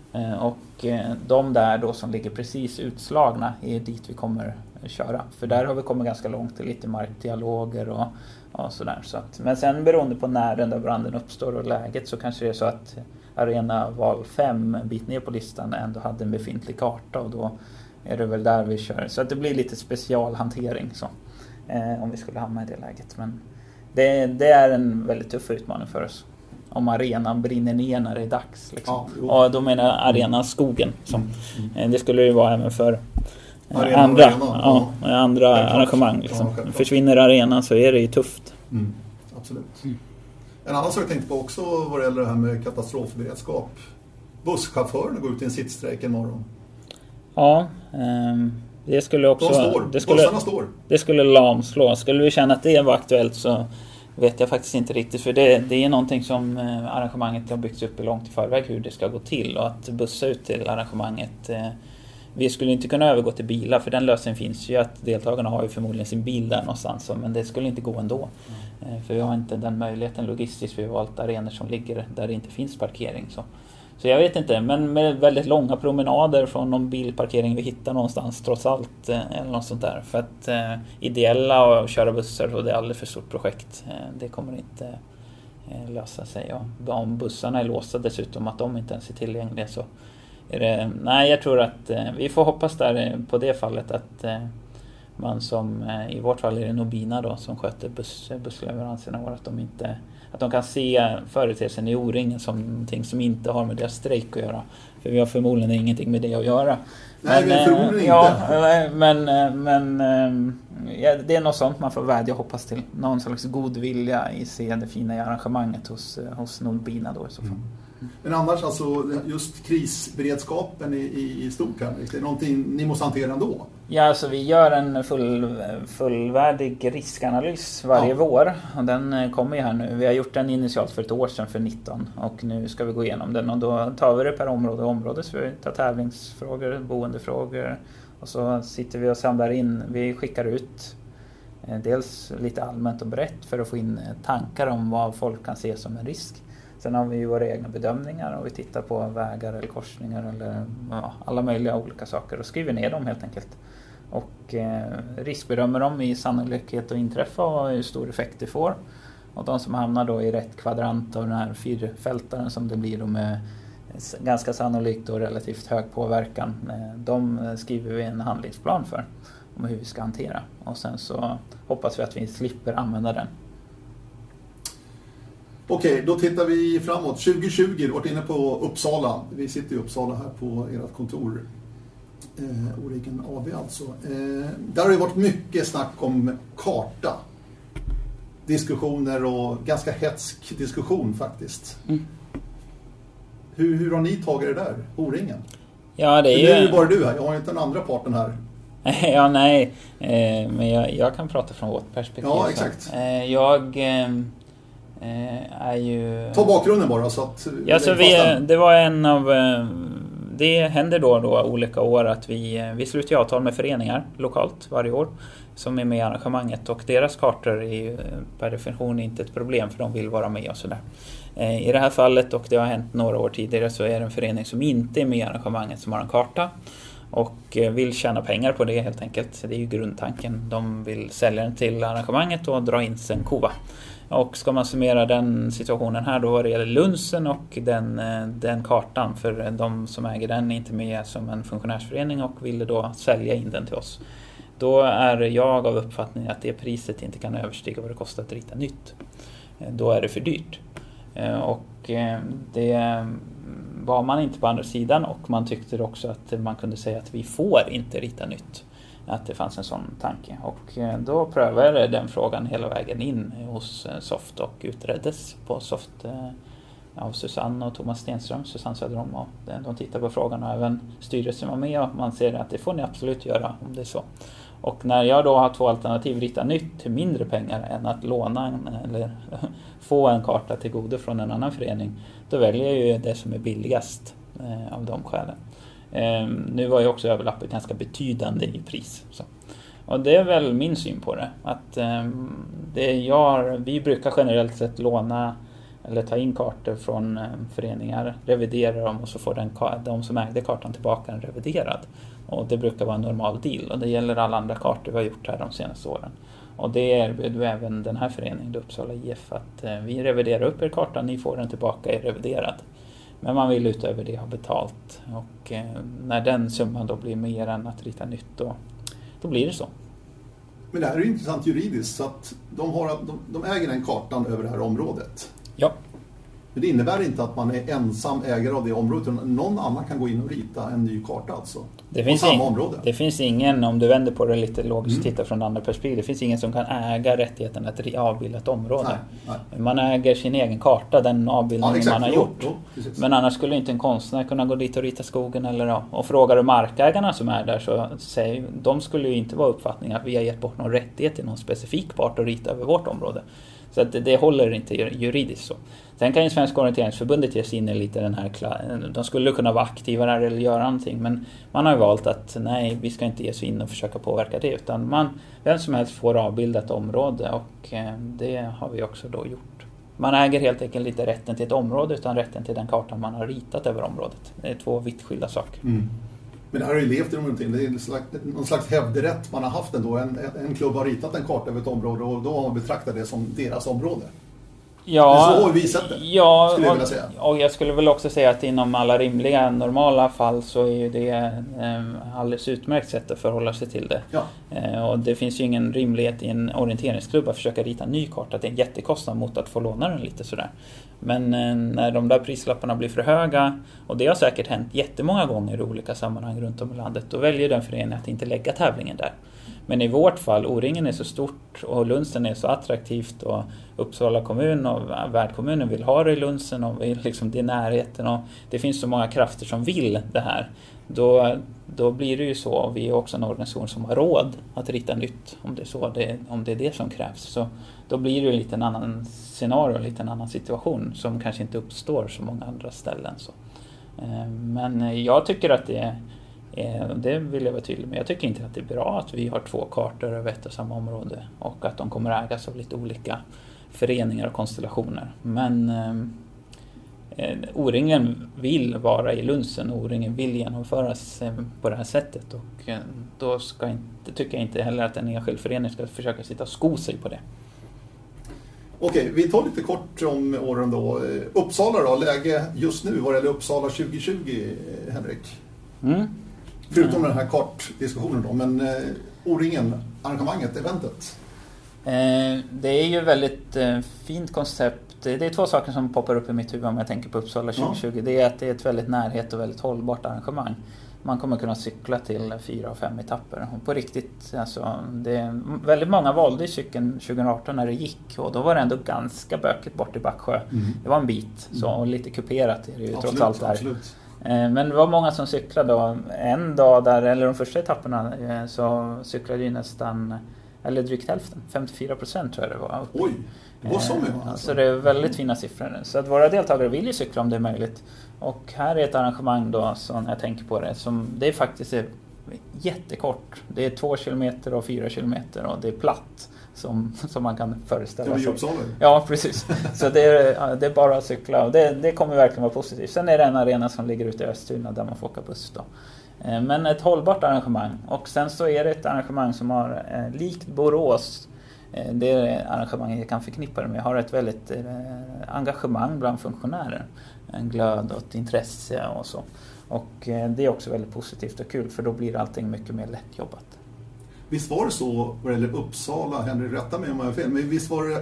[SPEAKER 1] Och de där då som ligger precis utslagna är dit vi kommer köra. För där har vi kommit ganska långt till lite markdialoger och, och sådär. Så att, men sen beroende på när den där branden uppstår och läget så kanske det är så att arena val fem en bit ner på listan ändå hade en befintlig karta och då är det väl där vi kör. Så att det blir lite specialhantering så, eh, om vi skulle hamna i det läget. Men det, det är en väldigt tuff utmaning för oss. Om arenan brinner ner när det är dags. Liksom. Ja, och då menar jag arenan skogen. Som, mm. Det skulle ju vara även för arena, andra, arena, ja, ja. andra arrangemang. Liksom. Ja, försvinner arenan så är det ju tufft.
[SPEAKER 2] Mm. Absolut. Mm. En annan sak jag tänkte på också vad det gäller det här med katastrofberedskap. Busschaufförerna går ut i en sittstrejk imorgon.
[SPEAKER 1] Ja, um, det skulle också...
[SPEAKER 2] De står,
[SPEAKER 1] det skulle,
[SPEAKER 2] bussarna står.
[SPEAKER 1] Det skulle lamslå. Skulle vi känna att det var aktuellt så vet jag faktiskt inte riktigt. För det, det är någonting som arrangemanget har byggts upp i långt i förväg hur det ska gå till. Och att bussa ut till arrangemanget. Eh, vi skulle inte kunna övergå till bilar för den lösningen finns ju att deltagarna har ju förmodligen sin bil där någonstans. Men det skulle inte gå ändå. Mm. Eh, för vi har inte den möjligheten logistiskt. Vi har valt arenor som ligger där det inte finns parkering. Så. Så jag vet inte, men med väldigt långa promenader från någon bilparkering vi hittar någonstans trots allt eller något sånt där. För att eh, ideella och köra bussar och det är alldeles för stort projekt. Eh, det kommer inte eh, lösa sig. Ja. Om bussarna är låsta dessutom att de inte ens är tillgängliga så är det... Nej, jag tror att eh, vi får hoppas där på det fallet att eh, man som, eh, i vårt fall är det Nobina då som sköter buss, bussleveranserna och att de inte... Att de kan se företeelsen i O-ringen som någonting som inte har med deras strejk att göra. För vi har förmodligen ingenting med det att göra.
[SPEAKER 2] Nej, men, förmodligen
[SPEAKER 1] ja,
[SPEAKER 2] inte.
[SPEAKER 1] Men, men ja, det är något sånt man får vädja och hoppas till. Någon slags god vilja i se det fina i arrangemanget hos, hos Nordbina då i så fall. Mm.
[SPEAKER 2] Men annars alltså just krisberedskapen i, i, i stort här, är det någonting ni måste hantera ändå?
[SPEAKER 1] Ja, alltså vi gör en full, fullvärdig riskanalys varje ja. vår och den kommer ju här nu. Vi har gjort den initialt för ett år sedan för nitton och nu ska vi gå igenom den och då tar vi det per område och område så vi tar tävlingsfrågor, boendefrågor och så sitter vi och samlar in, vi skickar ut dels lite allmänt och brett för att få in tankar om vad folk kan se som en risk. Sen har vi ju våra egna bedömningar och vi tittar på vägar eller korsningar eller ja, alla möjliga olika saker och skriver ner dem helt enkelt. Och eh, riskbedömer dem i sannolikhet att inträffa och hur stor effekt det får. Och de som hamnar då i rätt kvadrant av den här fyrfältaren som det blir då med ganska sannolikt och relativt hög påverkan. Eh, de skriver vi en handlingsplan för om hur vi ska hantera. Och sen så hoppas vi att vi slipper använda den.
[SPEAKER 2] Okej, då tittar vi framåt. tjugo tjugo, vi har varit inne på Uppsala. Vi sitter i Uppsala här på ert kontor. Eh, Origen A B alltså. Eh, där har det varit mycket snack om karta. Diskussioner och ganska hetsk diskussion faktiskt. Mm. Hur, hur har ni tagit det där, O-ringen?
[SPEAKER 1] Ja, det är ju...
[SPEAKER 2] Det är ju bara du här, jag har inte den andra parten här.
[SPEAKER 1] Ja, nej. Eh, men jag, jag kan prata från vårt perspektiv.
[SPEAKER 2] Ja, exakt.
[SPEAKER 1] Eh, jag... Eh, är ju...
[SPEAKER 2] Ta bakgrunden bara så att...
[SPEAKER 1] Ja, så vi, det var en av... Det händer då och då olika år att vi, vi slutar avtal med föreningar lokalt varje år som är med i arrangemanget och deras kartor är ju per definition inte ett problem för de vill vara med och sådär. I det här fallet, och det har hänt några år tidigare, så är det en förening som inte är med i arrangemanget som har en karta och vill tjäna pengar på det helt enkelt. Det är ju grundtanken. De vill sälja den till arrangemanget och dra in sin kova. Och ska man summera den situationen här då var det gäller Lunsen och den, den kartan, för de som äger den är inte med som en funktionärsförening och ville då sälja in den till oss. Då är jag av uppfattningen att det priset inte kan överstiga vad det kostar att rita nytt. Då är det för dyrt. Och det var man inte på andra sidan och man tyckte också att man kunde säga att vi får inte rita nytt. att det fanns en sån tanke. Och eh, då prövade jag den frågan hela vägen in hos eh, Soft och utreddes på Soft eh, av Susanne och Thomas Stenström, Susanne Söderholm, och de tittar på frågan och även styrelsen var med och man ser att det får ni absolut göra om det är så. Och när jag då har två alternativ, rita nytt till mindre pengar än att låna en, eller få en karta till godo från en annan förening, då väljer jag ju det som är billigast eh, av de skälen. Eh, nu var ju också överlappet ganska betydande i pris. Så. Och det är väl min syn på det. Att eh, det jag, vi brukar generellt sett låna eller ta in kartor från föreningar, revidera dem och så får den, de som ägde kartan tillbaka en reviderad. Och det brukar vara en normal deal och det gäller alla andra kartor vi har gjort här de senaste åren. Och det erbjuder även den här föreningen, Uppsala I F, att vi reviderar upp er karta, ni får den tillbaka i reviderad. Men man vill utöver det ha betalt och när den summan då blir mer än att rita nytt då, då blir det så.
[SPEAKER 2] Men det här är ju intressant juridiskt så att de, har, de, de äger den kartan över det här området.
[SPEAKER 1] Ja.
[SPEAKER 2] Men det innebär inte att man är ensam ägare av det området utan någon annan kan gå in och rita en ny karta alltså.
[SPEAKER 1] Det finns,
[SPEAKER 2] samma
[SPEAKER 1] ing-
[SPEAKER 2] område.
[SPEAKER 1] Det finns ingen, om du vänder på det lite logiskt,
[SPEAKER 2] Mm.
[SPEAKER 1] tittar från andra perspektiv, det finns ingen som kan äga rättigheten att avbilda ett område.
[SPEAKER 2] Nej, nej.
[SPEAKER 1] Man äger sin egen karta, den avbildningen
[SPEAKER 2] Ja, exakt.
[SPEAKER 1] man har
[SPEAKER 2] Jo,
[SPEAKER 1] gjort.
[SPEAKER 2] jo,
[SPEAKER 1] Men annars skulle inte en konstnär kunna gå dit och rita skogen eller ja. Och frågar du markägarna som är där så säger de skulle ju inte vara uppfattningen att vi har gett bort någon rättighet till någon specifik part att rita över vårt område. Så att det, det håller inte juridiskt så. Sen kan ju Svenska orienteringsförbundet ge sig in i lite den här, de skulle kunna vara aktiva där eller göra någonting, men man har ju valt att nej, vi ska inte ge sig in och försöka påverka det, utan man, vem som helst får avbilda ett område och det har vi också då gjort. Man äger helt enkelt inte rätten till ett område utan rätten till den kartan man har ritat över området. Det är två vitt skilda saker.
[SPEAKER 2] Mm. Men det här har ju levt i någonting. Det är en slags, någon slags hävderätt man har haft ändå. En, en klubb har ritat en karta över ett område och då har man betraktat det som deras område.
[SPEAKER 1] Ja,
[SPEAKER 2] det är så vi sett det,
[SPEAKER 1] ja,
[SPEAKER 2] skulle jag vilja
[SPEAKER 1] och,
[SPEAKER 2] säga.
[SPEAKER 1] Och jag skulle väl också säga att inom alla rimliga, normala fall så är ju det eh, alldeles utmärkt sätt att förhålla sig till det.
[SPEAKER 2] Ja.
[SPEAKER 1] Eh, och det finns ju ingen rimlighet i en orienteringsklubb att försöka rita en ny karta. Det är en jättekostnad mot att få låna den lite sådär. Men eh, när de där prislapparna blir för höga, och det har säkert hänt jättemånga gånger i olika sammanhang runt om i landet, då väljer den föreningen att inte lägga tävlingen där. Men i vårt fall, O-ringen är så stort och Lunsen är så attraktivt och Uppsala kommun och värdkommunen vill ha det i Lunsen och vill liksom det är närheten och det finns så många krafter som vill det här. Då, då blir det ju så, och vi är också en organisation som har råd att rita nytt om det är, så, det, om det, är det som krävs. Så då blir det ju lite en annan scenario, lite en annan situation som kanske inte uppstår så många andra ställen. Så. Men jag tycker att det är Det vill jag vara tydlig med. Jag tycker inte att det är bra att vi har två kartor över ett och samma område och att de kommer ägas av lite olika föreningar och konstellationer. Men eh, O-ringen vill vara i Lunsen och O-ringen vill genomföras eh, på det här sättet och eh, då ska inte, tycker jag inte heller att en enskild förening ska försöka sitta och sko sig på det.
[SPEAKER 2] Okej, vi tar lite kort om åren då. Uppsala då, läge just nu vad det gäller Uppsala tjugo tjugo, Henrik?
[SPEAKER 1] Mm.
[SPEAKER 2] Förutom den här kartdiskussionen då, men eh, O-ringen, arrangemanget, eventet?
[SPEAKER 1] Eh, det är ju väldigt eh, fint koncept. Det är två saker som poppar upp i mitt huvud om jag tänker på Uppsala tjugo tjugo. Ja. Det är att det är ett väldigt närhet och väldigt hållbart arrangemang. Man kommer kunna cykla till fyra och fem etapper. Och på riktigt, alltså, det, väldigt många valde cykeln tjugo arton när det gick och då var det ändå ganska bökigt bort i Backsjö. Mm. Det var en bit, så, och lite kuperat är det ju absolut, trots allt där. Absolut. Men det var många som cyklade och en dag där, eller de första etapperna så cyklade ju nästan, eller drygt hälften, femtiofyra procent tror jag det var.
[SPEAKER 2] Oj, det var så mycket alltså.
[SPEAKER 1] Så det är väldigt fina siffror. Så att våra deltagare vill ju cykla om det är möjligt. Och här är ett arrangemang då, som jag tänker på det, som det är faktiskt är jättekort. Det är två kilometer och fyra kilometer och det är platt. Som, som man kan föreställa sig. Ja, precis. Så det är, det är bara att cykla och det, det kommer verkligen vara positivt. Sen är det en arena som ligger ute i Östuna där man får åka buss då. Men ett hållbart arrangemang. Och sen så är det ett arrangemang som har, eh, likt Borås, eh, det är arrangemang jag kan förknippa det med, har ett väldigt eh, engagemang bland funktionärer. En glöd och ett intresse och så. Och eh, det är också väldigt positivt och kul för då blir allting mycket mer lättjobbat.
[SPEAKER 2] Visst var det så vad det gäller Uppsala, Henrik rätta mig om jag har fel, men visst var det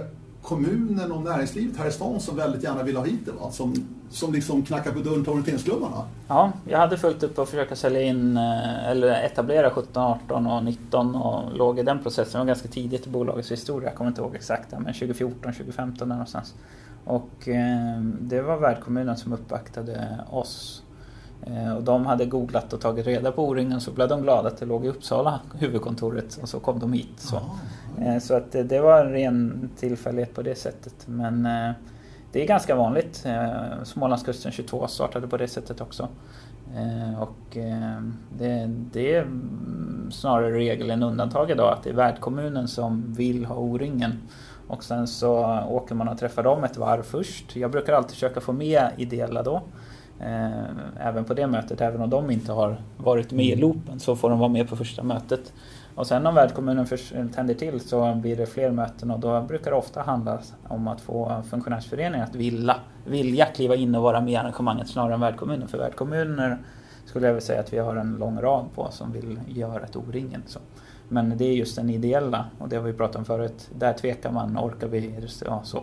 [SPEAKER 2] kommunen och näringslivet här i stan som väldigt gärna vill ha hit det, va? Som, som liksom knackar på dörren till orienteringsklubbarna.
[SPEAKER 1] Ja, jag hade fullt upp att försöka sälja in eller etablera sjutton, arton och nitton och låg i den processen. Det var ganska tidigt i bolagets historia, jag kommer inte ihåg exakt, men tjugo fjorton tjugo femton där någonstans. Och eh, det var värdkommunen som uppvaktade oss. Eh, och de hade googlat och tagit reda på O-ringen, så blev de glada att det låg i Uppsala, huvudkontoret, och så kom de hit. Så, eh, så att det var en ren tillfällighet på det sättet. Men eh, det är ganska vanligt. Eh, Smålandskusten tjugotvå startade på det sättet också. Eh, och eh, det, det är snarare regel än undantag idag att det är värdkommunen som vill ha O-ringen. Och sen så åker man och träffar dem ett varv först. Jag brukar alltid försöka få med ideella då. Eh, även på det mötet, även om de inte har varit med i loopen, så får de vara med på första mötet. Och sen om värdkommunen tänder till så blir det fler möten, och då brukar det ofta handla om att få funktionärsföreningen att vilja, vilja kliva in och vara med i arrangemanget snarare än värdkommunen. För värdkommuner skulle jag vilja säga att vi har en lång rad på som vill göra ett O-ringen. Så. Men det är just den ideella, och det har vi pratat om förut. Där tvekar man, orkar vi, ja, så.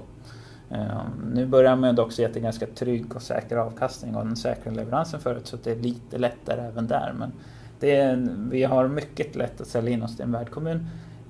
[SPEAKER 1] Um, nu börjar man också ge en ganska trygg och säker avkastning och den säkra leveransen förut, så att det är lite lättare även där. Men det är, vi har mycket lätt att sälja in oss till en värdkommun.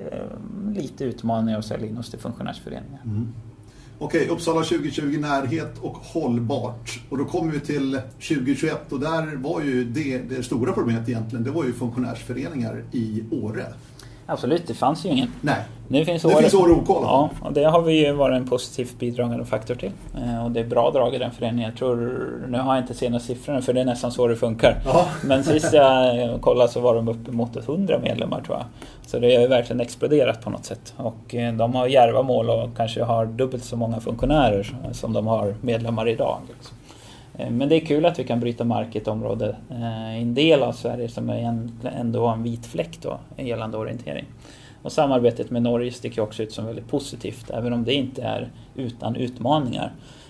[SPEAKER 1] Um, lite utmaningar att sälja in oss till funktionärsföreningar.
[SPEAKER 2] Mm. Okej, Uppsala tjugo tjugo, närhet och hållbart. Och då kommer vi till tjugo tjugoett, och där var ju det, det stora problemet egentligen, det var ju funktionärsföreningar i Åre.
[SPEAKER 1] Absolut, det fanns ju ingen.
[SPEAKER 2] Nej,
[SPEAKER 1] nu finns
[SPEAKER 2] det
[SPEAKER 1] Åre.
[SPEAKER 2] finns Åre OK.
[SPEAKER 1] Ja, och det har vi ju varit en positiv bidragande faktor till. Och det är bra drag i den föreningen. Jag tror, nu har jag inte senaste siffrorna för det är nästan så det funkar. Ja. Men sist jag kollade så var de uppe mot hundra medlemmar, tror jag. Så det har ju verkligen exploderat på något sätt. Och de har djärva mål och kanske har dubbelt så många funktionärer som de har medlemmar idag. Liksom. Men det är kul att vi kan bryta mark i ett område i en del av Sverige som är ändå en vit fläck då, gällande orientering. Och samarbetet med Norge sticker också ut som väldigt positivt, även om det inte är utan utmaningar.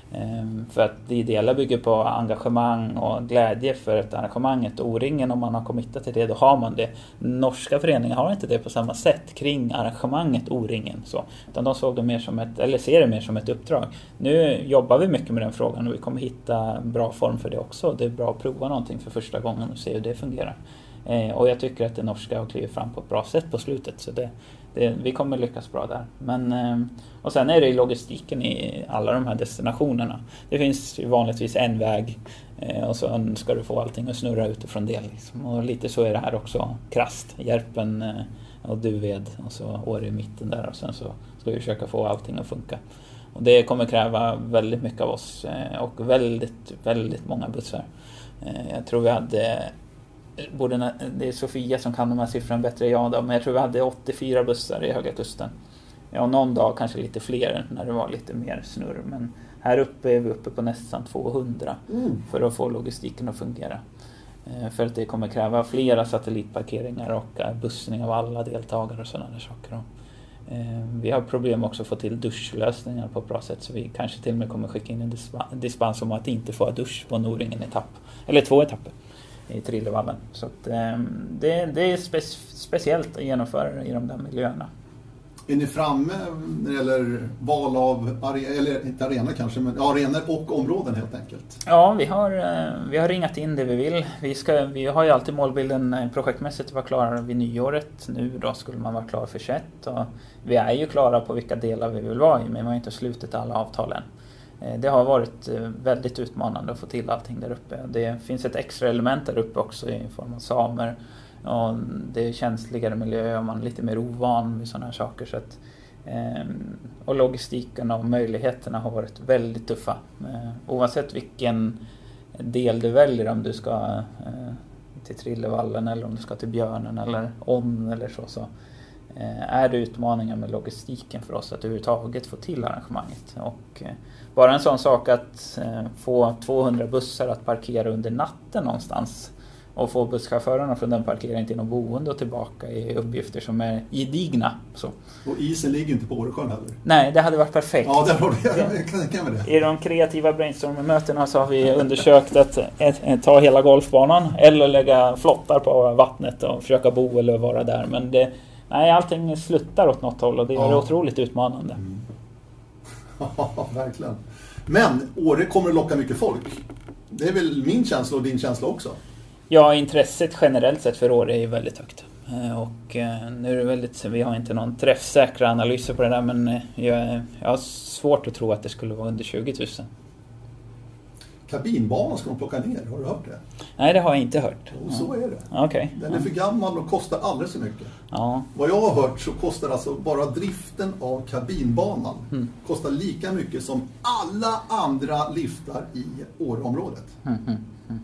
[SPEAKER 1] För att det ideella bygger på engagemang och glädje för ett arrangemanget. Och O-ringen, om man har committat till det, då har man det. Norska föreningar har inte det på samma sätt kring arrangemanget O-ringen. Så. Utan de såg det mer som ett, eller ser det mer som ett uppdrag. Nu jobbar vi mycket med den frågan och vi kommer hitta en bra form för det också. Det är bra att prova någonting för första gången och se hur det fungerar. Eh, och jag tycker att det norska har klivit fram på ett bra sätt på slutet. Så det, det, vi kommer lyckas bra där. Men, eh, och sen är det i logistiken i alla de här destinationerna. Det finns ju vanligtvis en väg eh, och så ska du få allting att snurra utifrån det. Liksom. Och lite så är det här också krasst. Järpen eh, och Duved och så Åre i mitten där. Och sen så ska vi försöka få allting att funka. Och det kommer kräva väldigt mycket av oss eh, och väldigt, väldigt många bussar. Eh, jag tror vi hade... Både, det är Sofia som kan de här siffrorna bättre än jag då, men jag tror vi hade åttiofyra bussar i Höga Kusten. Ja, någon dag kanske lite fler när det var lite mer snurr, men här uppe är vi uppe på nästan tvåhundra mm. för att få logistiken att fungera. För att det kommer kräva flera satellitparkeringar och bussning av alla deltagare och sådana där saker. Vi har problem också att få till duschlösningar på ett bra sätt, så vi kanske till och med kommer skicka in en dispens om att inte få dusch på en O-ringen etapp, eller två etapper i Trillevallen. Så att, eh, det, det är spe- speciellt att genomföra i de där miljöerna.
[SPEAKER 2] Är ni framme när det gäller val av are- eller inte arena kanske, men arenor och områden helt enkelt?
[SPEAKER 1] Ja, vi har, eh, vi har ringat in det vi vill. Vi, ska, vi har ju alltid målbilden eh, projektmässigt att vara klara vid nyåret. Nu då skulle man vara klar för tjugoett. Och vi är ju klara på vilka delar vi vill vara i, men vi har inte slutit alla avtalen. Det har varit väldigt utmanande att få till allting där uppe. Det finns ett extra element där uppe också i form av samer. Och det är känsligare miljö och man är lite mer ovan vid sådana här saker. Så att, och logistiken och möjligheterna har varit väldigt tuffa. Oavsett vilken del du väljer, om du ska till Trillevallen eller om du ska till Björnen eller om eller så, så är det utmaningar med logistiken för oss att överhuvudtaget få till arrangemanget. Och bara en sån sak att få tvåhundra bussar att parkera under natten någonstans och få busschaufförerna från den parkeringen till någon boende och tillbaka är uppgifter som är gedigna. Så.
[SPEAKER 2] Och isen ligger inte på Åresjön heller?
[SPEAKER 1] Nej, det hade varit perfekt.
[SPEAKER 2] Ja, det var det. Jag kan tänka mig det.
[SPEAKER 1] I de kreativa brainstorming-mötena så har vi undersökt att ta hela golfbanan eller lägga flottar på vattnet och försöka bo eller vara där. Men det, nej, allting sluttar åt något håll och det är ja. otroligt utmanande. Mm.
[SPEAKER 2] Ja, verkligen. Men Åre kommer att locka mycket folk. Det är väl min känsla och din känsla också?
[SPEAKER 1] Ja, intresset generellt sett för Åre är ju väldigt högt. Och nu är det väldigt, vi har inte någon träffsäkra analyser på det där, men jag, jag har svårt att tro att det skulle vara under tjugo tusen.
[SPEAKER 2] Kabinbanan ska de plocka ner, har du hört det?
[SPEAKER 1] Nej, det har jag inte hört.
[SPEAKER 2] Jo, så är det.
[SPEAKER 1] Okay.
[SPEAKER 2] Den är för gammal och kostar alldeles för mycket.
[SPEAKER 1] Ja.
[SPEAKER 2] Vad jag har hört så kostar alltså bara driften av kabinbanan
[SPEAKER 1] mm.
[SPEAKER 2] kostar lika mycket som alla andra liftar i Åreområdet.
[SPEAKER 1] Mm, mm, mm.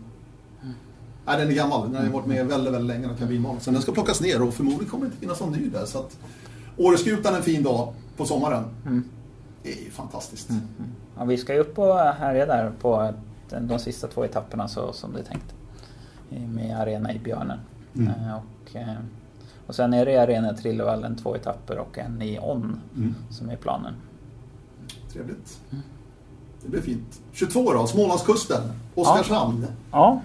[SPEAKER 2] Nej, den är gammal. Den har varit med väldigt, väldigt länge, den kabinbanan. Så den ska plockas ner och förmodligen kommer det inte finnas någon ny där. Så att Åreskutan en fin dag på sommaren. Mm. Det är ju fantastiskt. Mm, mm.
[SPEAKER 1] Ja, vi ska ju upp och härja där på de sista två etapperna så som det är tänkt. Med arena i Björnen. Mm. Och, och sen är det arena Trillevallen två etapper och en i On mm. som är planen.
[SPEAKER 2] Trevligt. Mm. Det blir fint. tjugotvå då, Smålandskusten, Oskarshamn.
[SPEAKER 1] Ja. ja.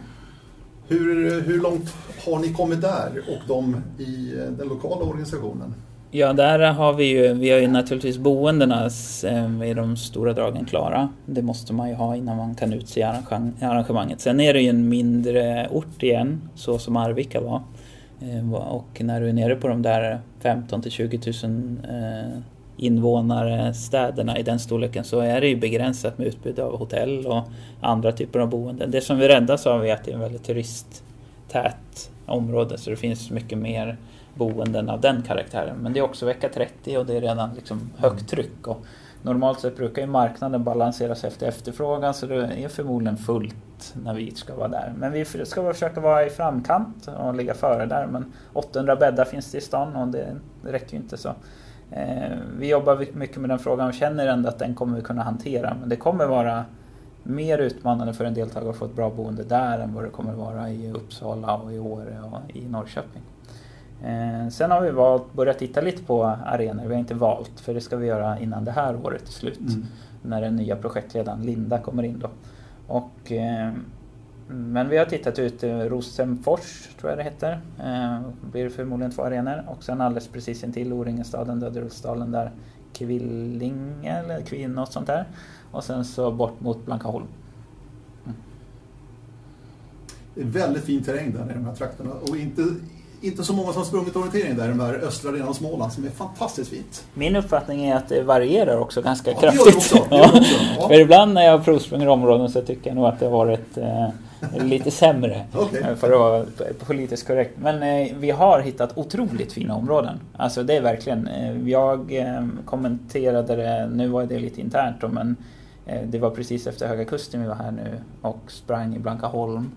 [SPEAKER 2] Hur, hur långt har ni kommit där och de i den lokala organisationen?
[SPEAKER 1] Ja, där har vi ju, vi har ju naturligtvis boendena i de stora dragen klara. Det måste man ju ha innan man kan utse arrangemanget. Sen är det ju en mindre ort igen, så som Arvika var. Och när du är nere på de där femton till tjugo tusen invånare städerna i den storleken så är det ju begränsat med utbud av hotell och andra typer av boenden. Det som vi räddas av är att det är en väldigt turisttät område, så det finns mycket mer boenden av den karaktären. Men det är också vecka trettio och det är redan liksom högt tryck. Och normalt sett brukar ju marknaden balanseras efter efterfrågan, så det är förmodligen fullt när vi ska vara där. Men vi ska försöka vara i framkant och ligga före där. Men åttahundra bäddar finns det i stan och det räcker ju inte så. Eh, vi jobbar mycket med den frågan och känner ändå att den kommer vi kunna hantera. Men det kommer vara mer utmanande för en deltagare att få ett bra boende där än vad det kommer vara i Uppsala och i Åre och i Norrköping. Eh, sen har vi valt, börjat titta lite på arenor. Vi har inte valt, för det ska vi göra innan det här året är slut. Mm. När den nya projektledaren Linda kommer in då. Och, eh, men vi har tittat ut Rosenfors, tror jag det heter. Eh, blir det förmodligen två arenor. Och sen alldeles precis intill Oringestaden, Döderulfsdalen där Kvillinge eller Kvin, något sånt där. Och sen så bort mot Blankaholm. Mm.
[SPEAKER 2] Det är väldigt fin terräng där i de här trakterna. Och inte... Inte så många som har sprungit orientering där i de här östra delen av Småland, som är fantastiskt fint.
[SPEAKER 1] Min uppfattning är att det varierar också ganska
[SPEAKER 2] ja,
[SPEAKER 1] kraftigt.
[SPEAKER 2] Det gör det också. Det gör det också. Ja.
[SPEAKER 1] För ibland när jag provsprungar områden så tycker jag nog att det har varit eh, lite sämre. Okay. För att vara politiskt korrekt. Men eh, vi har hittat otroligt fina områden. Alltså det är verkligen, eh, jag eh, kommenterade det, nu var det lite internt då, men eh, det var precis efter Höga Kusten vi var här nu och sprang i Blankaholm.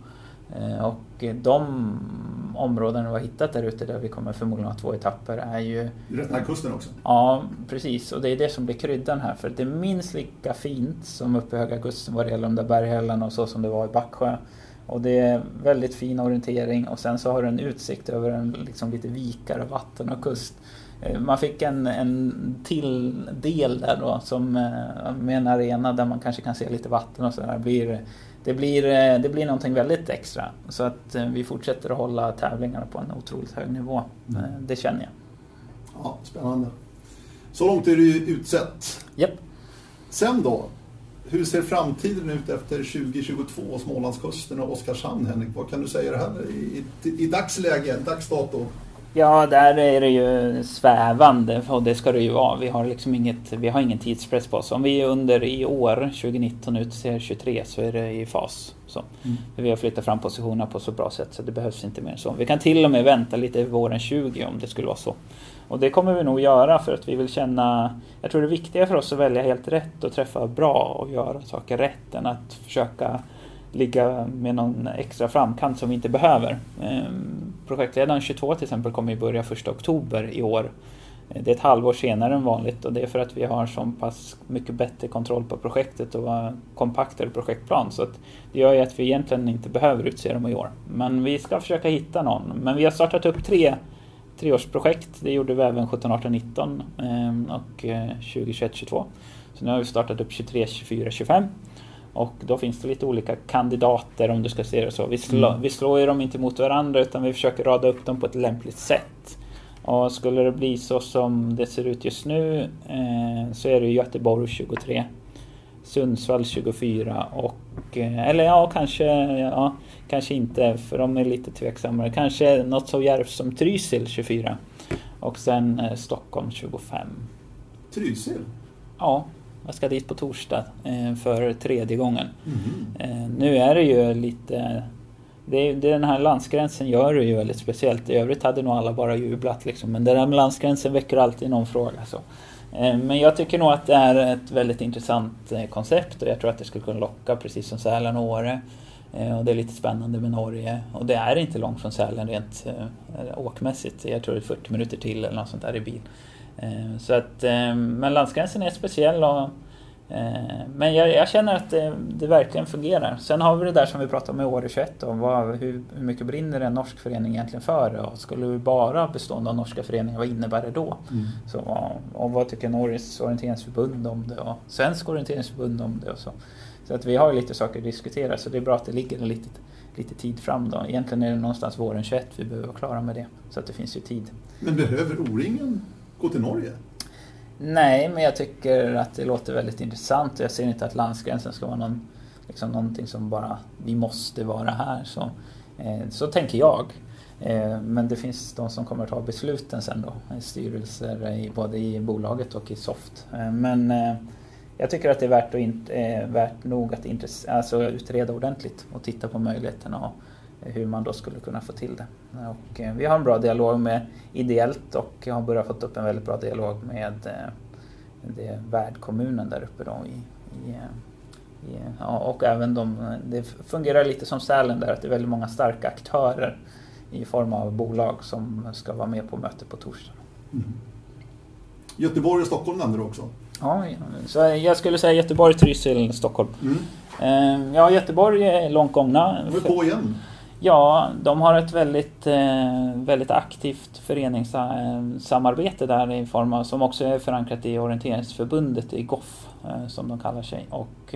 [SPEAKER 1] Och de områden vi har hittat där ute, där vi kommer förmodligen ha två etapper, är ju...
[SPEAKER 2] Den här kusten också?
[SPEAKER 1] Ja, precis. Och det är det som blir kryddan här. För det är minst lika fint som uppe i Höga Kusten vad det gäller de där berghällarna och så som det var i Backsjö. Och det är väldigt fin orientering. Och sen så har du en utsikt över en liksom lite vikare vatten och kust. Man fick en, en till del där då, som med en arena där man kanske kan se lite vatten och så där. Blir, det, blir, det blir någonting väldigt extra. Så att vi fortsätter att hålla tävlingarna på en otroligt hög nivå. Mm. Det känner jag.
[SPEAKER 2] Ja, spännande. Så långt är det ju utsett.
[SPEAKER 1] Japp.
[SPEAKER 2] Sen då? Hur ser framtiden ut efter tjugo tjugotvå, Smålandskusten och Oskarshamn, Henrik? Vad kan du säga det här i, i, i dagsläge, dagsdato?
[SPEAKER 1] Ja, där är det ju svävande, och det ska det ju vara. Vi har liksom inget, vi har ingen tidspress på oss. Om vi är under i år, tjugonitton ut till tjugotre, så är det i fas. Så. Mm. Vi har flyttat fram positionerna på så bra sätt så det behövs inte mer så. Vi kan till och med vänta lite våren tjugo om det skulle vara så. Och det kommer vi nog göra för att vi vill känna... Jag tror det är viktiga för oss att välja helt rätt och träffa bra och göra saker rätt än att försöka ligga med någon extra framkant som vi inte behöver. Projektledaren tjugotvå till exempel kommer ju börja första oktober i år. Det är ett halvår senare än vanligt, och det är för att vi har så pass mycket bättre kontroll på projektet och kompaktare projektplan, så att det gör ju att vi egentligen inte behöver utse dem i år. Men vi ska försöka hitta någon. Men vi har startat upp tre treårsprojekt. Det gjorde vi även sjutton, arton, nitton och tjugo, tjugoett, tjugotvå. Så nu har vi startat upp tjugotre, tjugofyra, tjugofem. Och då finns det lite olika kandidater, om du ska se det så. Vi, slå, mm. vi slår ju dem inte mot varandra, utan vi försöker rada upp dem på ett lämpligt sätt. Och skulle det bli så som det ser ut just nu eh, så är det Göteborg tjugotre, Sundsvall tjugofyra och eh, eller ja kanske ja kanske inte, för de är lite tveksamma. Kanske något så djärvt som Trysil tjugofyra och sen eh, Stockholm tjugofem.
[SPEAKER 2] Trysil?
[SPEAKER 1] Ja, jag ska dit på torsdag eh, för tredje gången.
[SPEAKER 2] Mm.
[SPEAKER 1] Eh, nu är det ju lite det, det den här landsgränsen gör det ju väldigt speciellt. I övrigt hade nog alla bara jublat liksom, men den här landsgränsen väcker alltid någon fråga så. Men jag tycker nog att det är ett väldigt intressant koncept och jag tror att det skulle kunna locka precis som Sälen och Åre. Och det är lite spännande med Norge och det är inte långt från Sälen rent åkmässigt. Jag tror det är fyrtio minuter till eller något sånt där i bil. Så att, men landsgränsen är speciell och men jag, jag känner att det, det verkligen fungerar. Sen har vi det där som vi pratade om med Åre tjugoett och vad, hur, hur mycket brinner en norsk förening egentligen för och skulle vi bara bestående av norska föreningar, vad innebär det då? Mm. Så, och vad tycker Norges orienteringsförbund om det och svensk orienteringsförbund om det och så. Så att vi har ju lite saker att diskutera så det är bra att det ligger lite, lite tid fram då. Egentligen är det någonstans våren tjugoett vi behöver vara klara med det så att det finns ju tid.
[SPEAKER 2] Men behöver O-ringen gå till Norge?
[SPEAKER 1] Nej, men jag tycker att det låter väldigt intressant. Jag ser inte att landsgränsen ska vara någon, liksom någonting som bara vi måste vara här. Så, eh, så tänker jag. Eh, men det finns de som kommer att ta besluten sen då. Styrelser i, både i bolaget och i Soft. Eh, men eh, jag tycker att det är värt, att in, eh, värt nog att intress- alltså utreda ordentligt och titta på möjligheterna och hur man då skulle kunna få till det. Och eh, vi har en bra dialog med Ideellt och jag har börjat fått upp en väldigt bra dialog med eh, det värdkommunen där uppe då i, i, i ja, och även de, det fungerar lite som Sälen där att det är väldigt många starka aktörer i form av bolag som ska vara med på mötet på torsdag.
[SPEAKER 2] Mm. Göteborg och Stockholm nämnde du också.
[SPEAKER 1] Ja, så jag skulle säga Göteborg, Trysil, Stockholm. Mm. Ja, Göteborg är långt gångna.
[SPEAKER 2] De är på igen.
[SPEAKER 1] Ja, de har ett väldigt, väldigt aktivt föreningssamarbete där i form av, som också är förankrat i orienteringsförbundet i G O F som de kallar sig. Och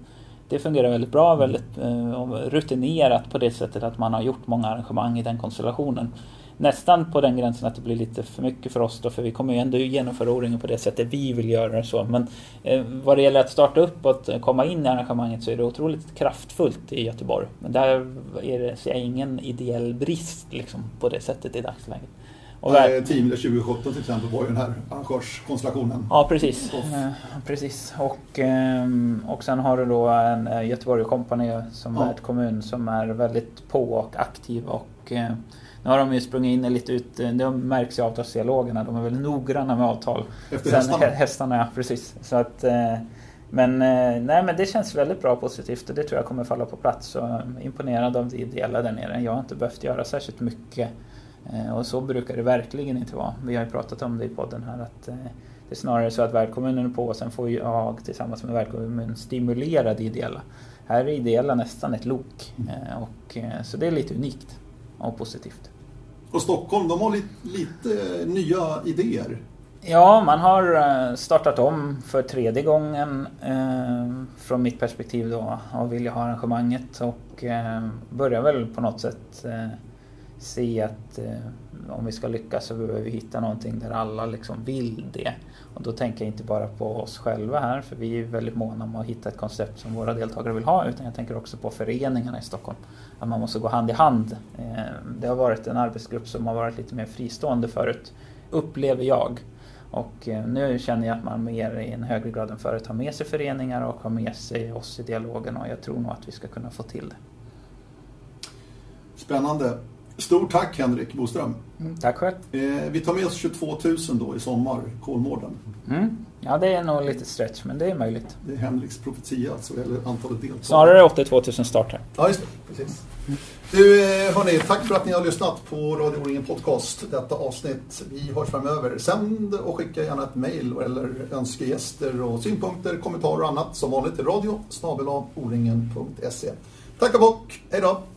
[SPEAKER 1] det fungerar väldigt bra, väldigt rutinerat på det sättet att man har gjort många arrangemang i den konstellationen. Nästan på den gränsen att det blir lite för mycket för oss då, för vi kommer ju ändå genomföra O-ringen på det sättet vi vill göra så. Men eh, vad det gäller att starta upp och komma in i arrangemanget så är det otroligt kraftfullt i Göteborg. Men där är det, så är ingen ideell brist liksom, på det sättet i dagsläget.
[SPEAKER 2] Och där... Team tjugo sjutton till exempel var ju den här arrangörskonstellationen.
[SPEAKER 1] Ja, precis. Eh, precis. Och, eh, och sen har du då en Göteborg Company som ja. är ett kommun som är väldigt på och aktiv och eh, nu har de ju sprungit in lite ut, det märks i avtalsdialogerna, de är väldigt noggranna med avtal.
[SPEAKER 2] Efter
[SPEAKER 1] Sen,
[SPEAKER 2] hästarna?
[SPEAKER 1] Hästarna, ja, precis. Så att, men, nej, men det känns väldigt bra positivt och det tror jag kommer falla på plats. Så imponerad av det ideella där nere. Jag har inte behövt göra särskilt mycket och så brukar det verkligen inte vara. Vi har ju pratat om det i podden här att det är snarare så att värdkommunen är på och sen får jag tillsammans med värdkommunen stimulera det ideella. Här är ideella nästan ett lok och, så det är lite unikt och positivt.
[SPEAKER 2] Och Stockholm, de har lite, lite nya idéer.
[SPEAKER 1] Ja, man har startat om för tredje gången eh, från mitt perspektiv då och vill ha arrangemanget och eh, börjar väl på något sätt eh, se att eh, om vi ska lyckas så behöver vi hitta någonting där alla liksom vill det. Och då tänker jag inte bara på oss själva här, för vi är väldigt måna om att hitta ett koncept som våra deltagare vill ha, utan jag tänker också på föreningarna i Stockholm. Att man måste gå hand i hand. Det har varit en arbetsgrupp som har varit lite mer fristående förut, upplever jag. Och nu känner jag att man mer i en högre grad än förut har med sig föreningar och har med sig oss i dialogen, och jag tror nog att vi ska kunna få till det.
[SPEAKER 2] Spännande. Stort tack Henrik Boström.
[SPEAKER 1] Mm, tack själv.
[SPEAKER 2] Eh, vi tar med oss tjugotvå tusen då i sommar, Kolmården.
[SPEAKER 1] Mm. Ja, det är nog lite stretch, men det är möjligt.
[SPEAKER 2] Det är Henriks profetia alltså, eller antalet deltagare.
[SPEAKER 1] Snarare åttiotvå tusen startar.
[SPEAKER 2] Ja, just det. Precis. Du, hörni, tack för att ni har lyssnat på Radio O-ringen podcast, detta avsnitt. Vi hörs framöver. Sänd och skicka gärna ett mejl eller önskegäster och synpunkter, kommentarer och annat som vanligt till radio snabel-a o ringen punkt se. Tack och bock, hej då!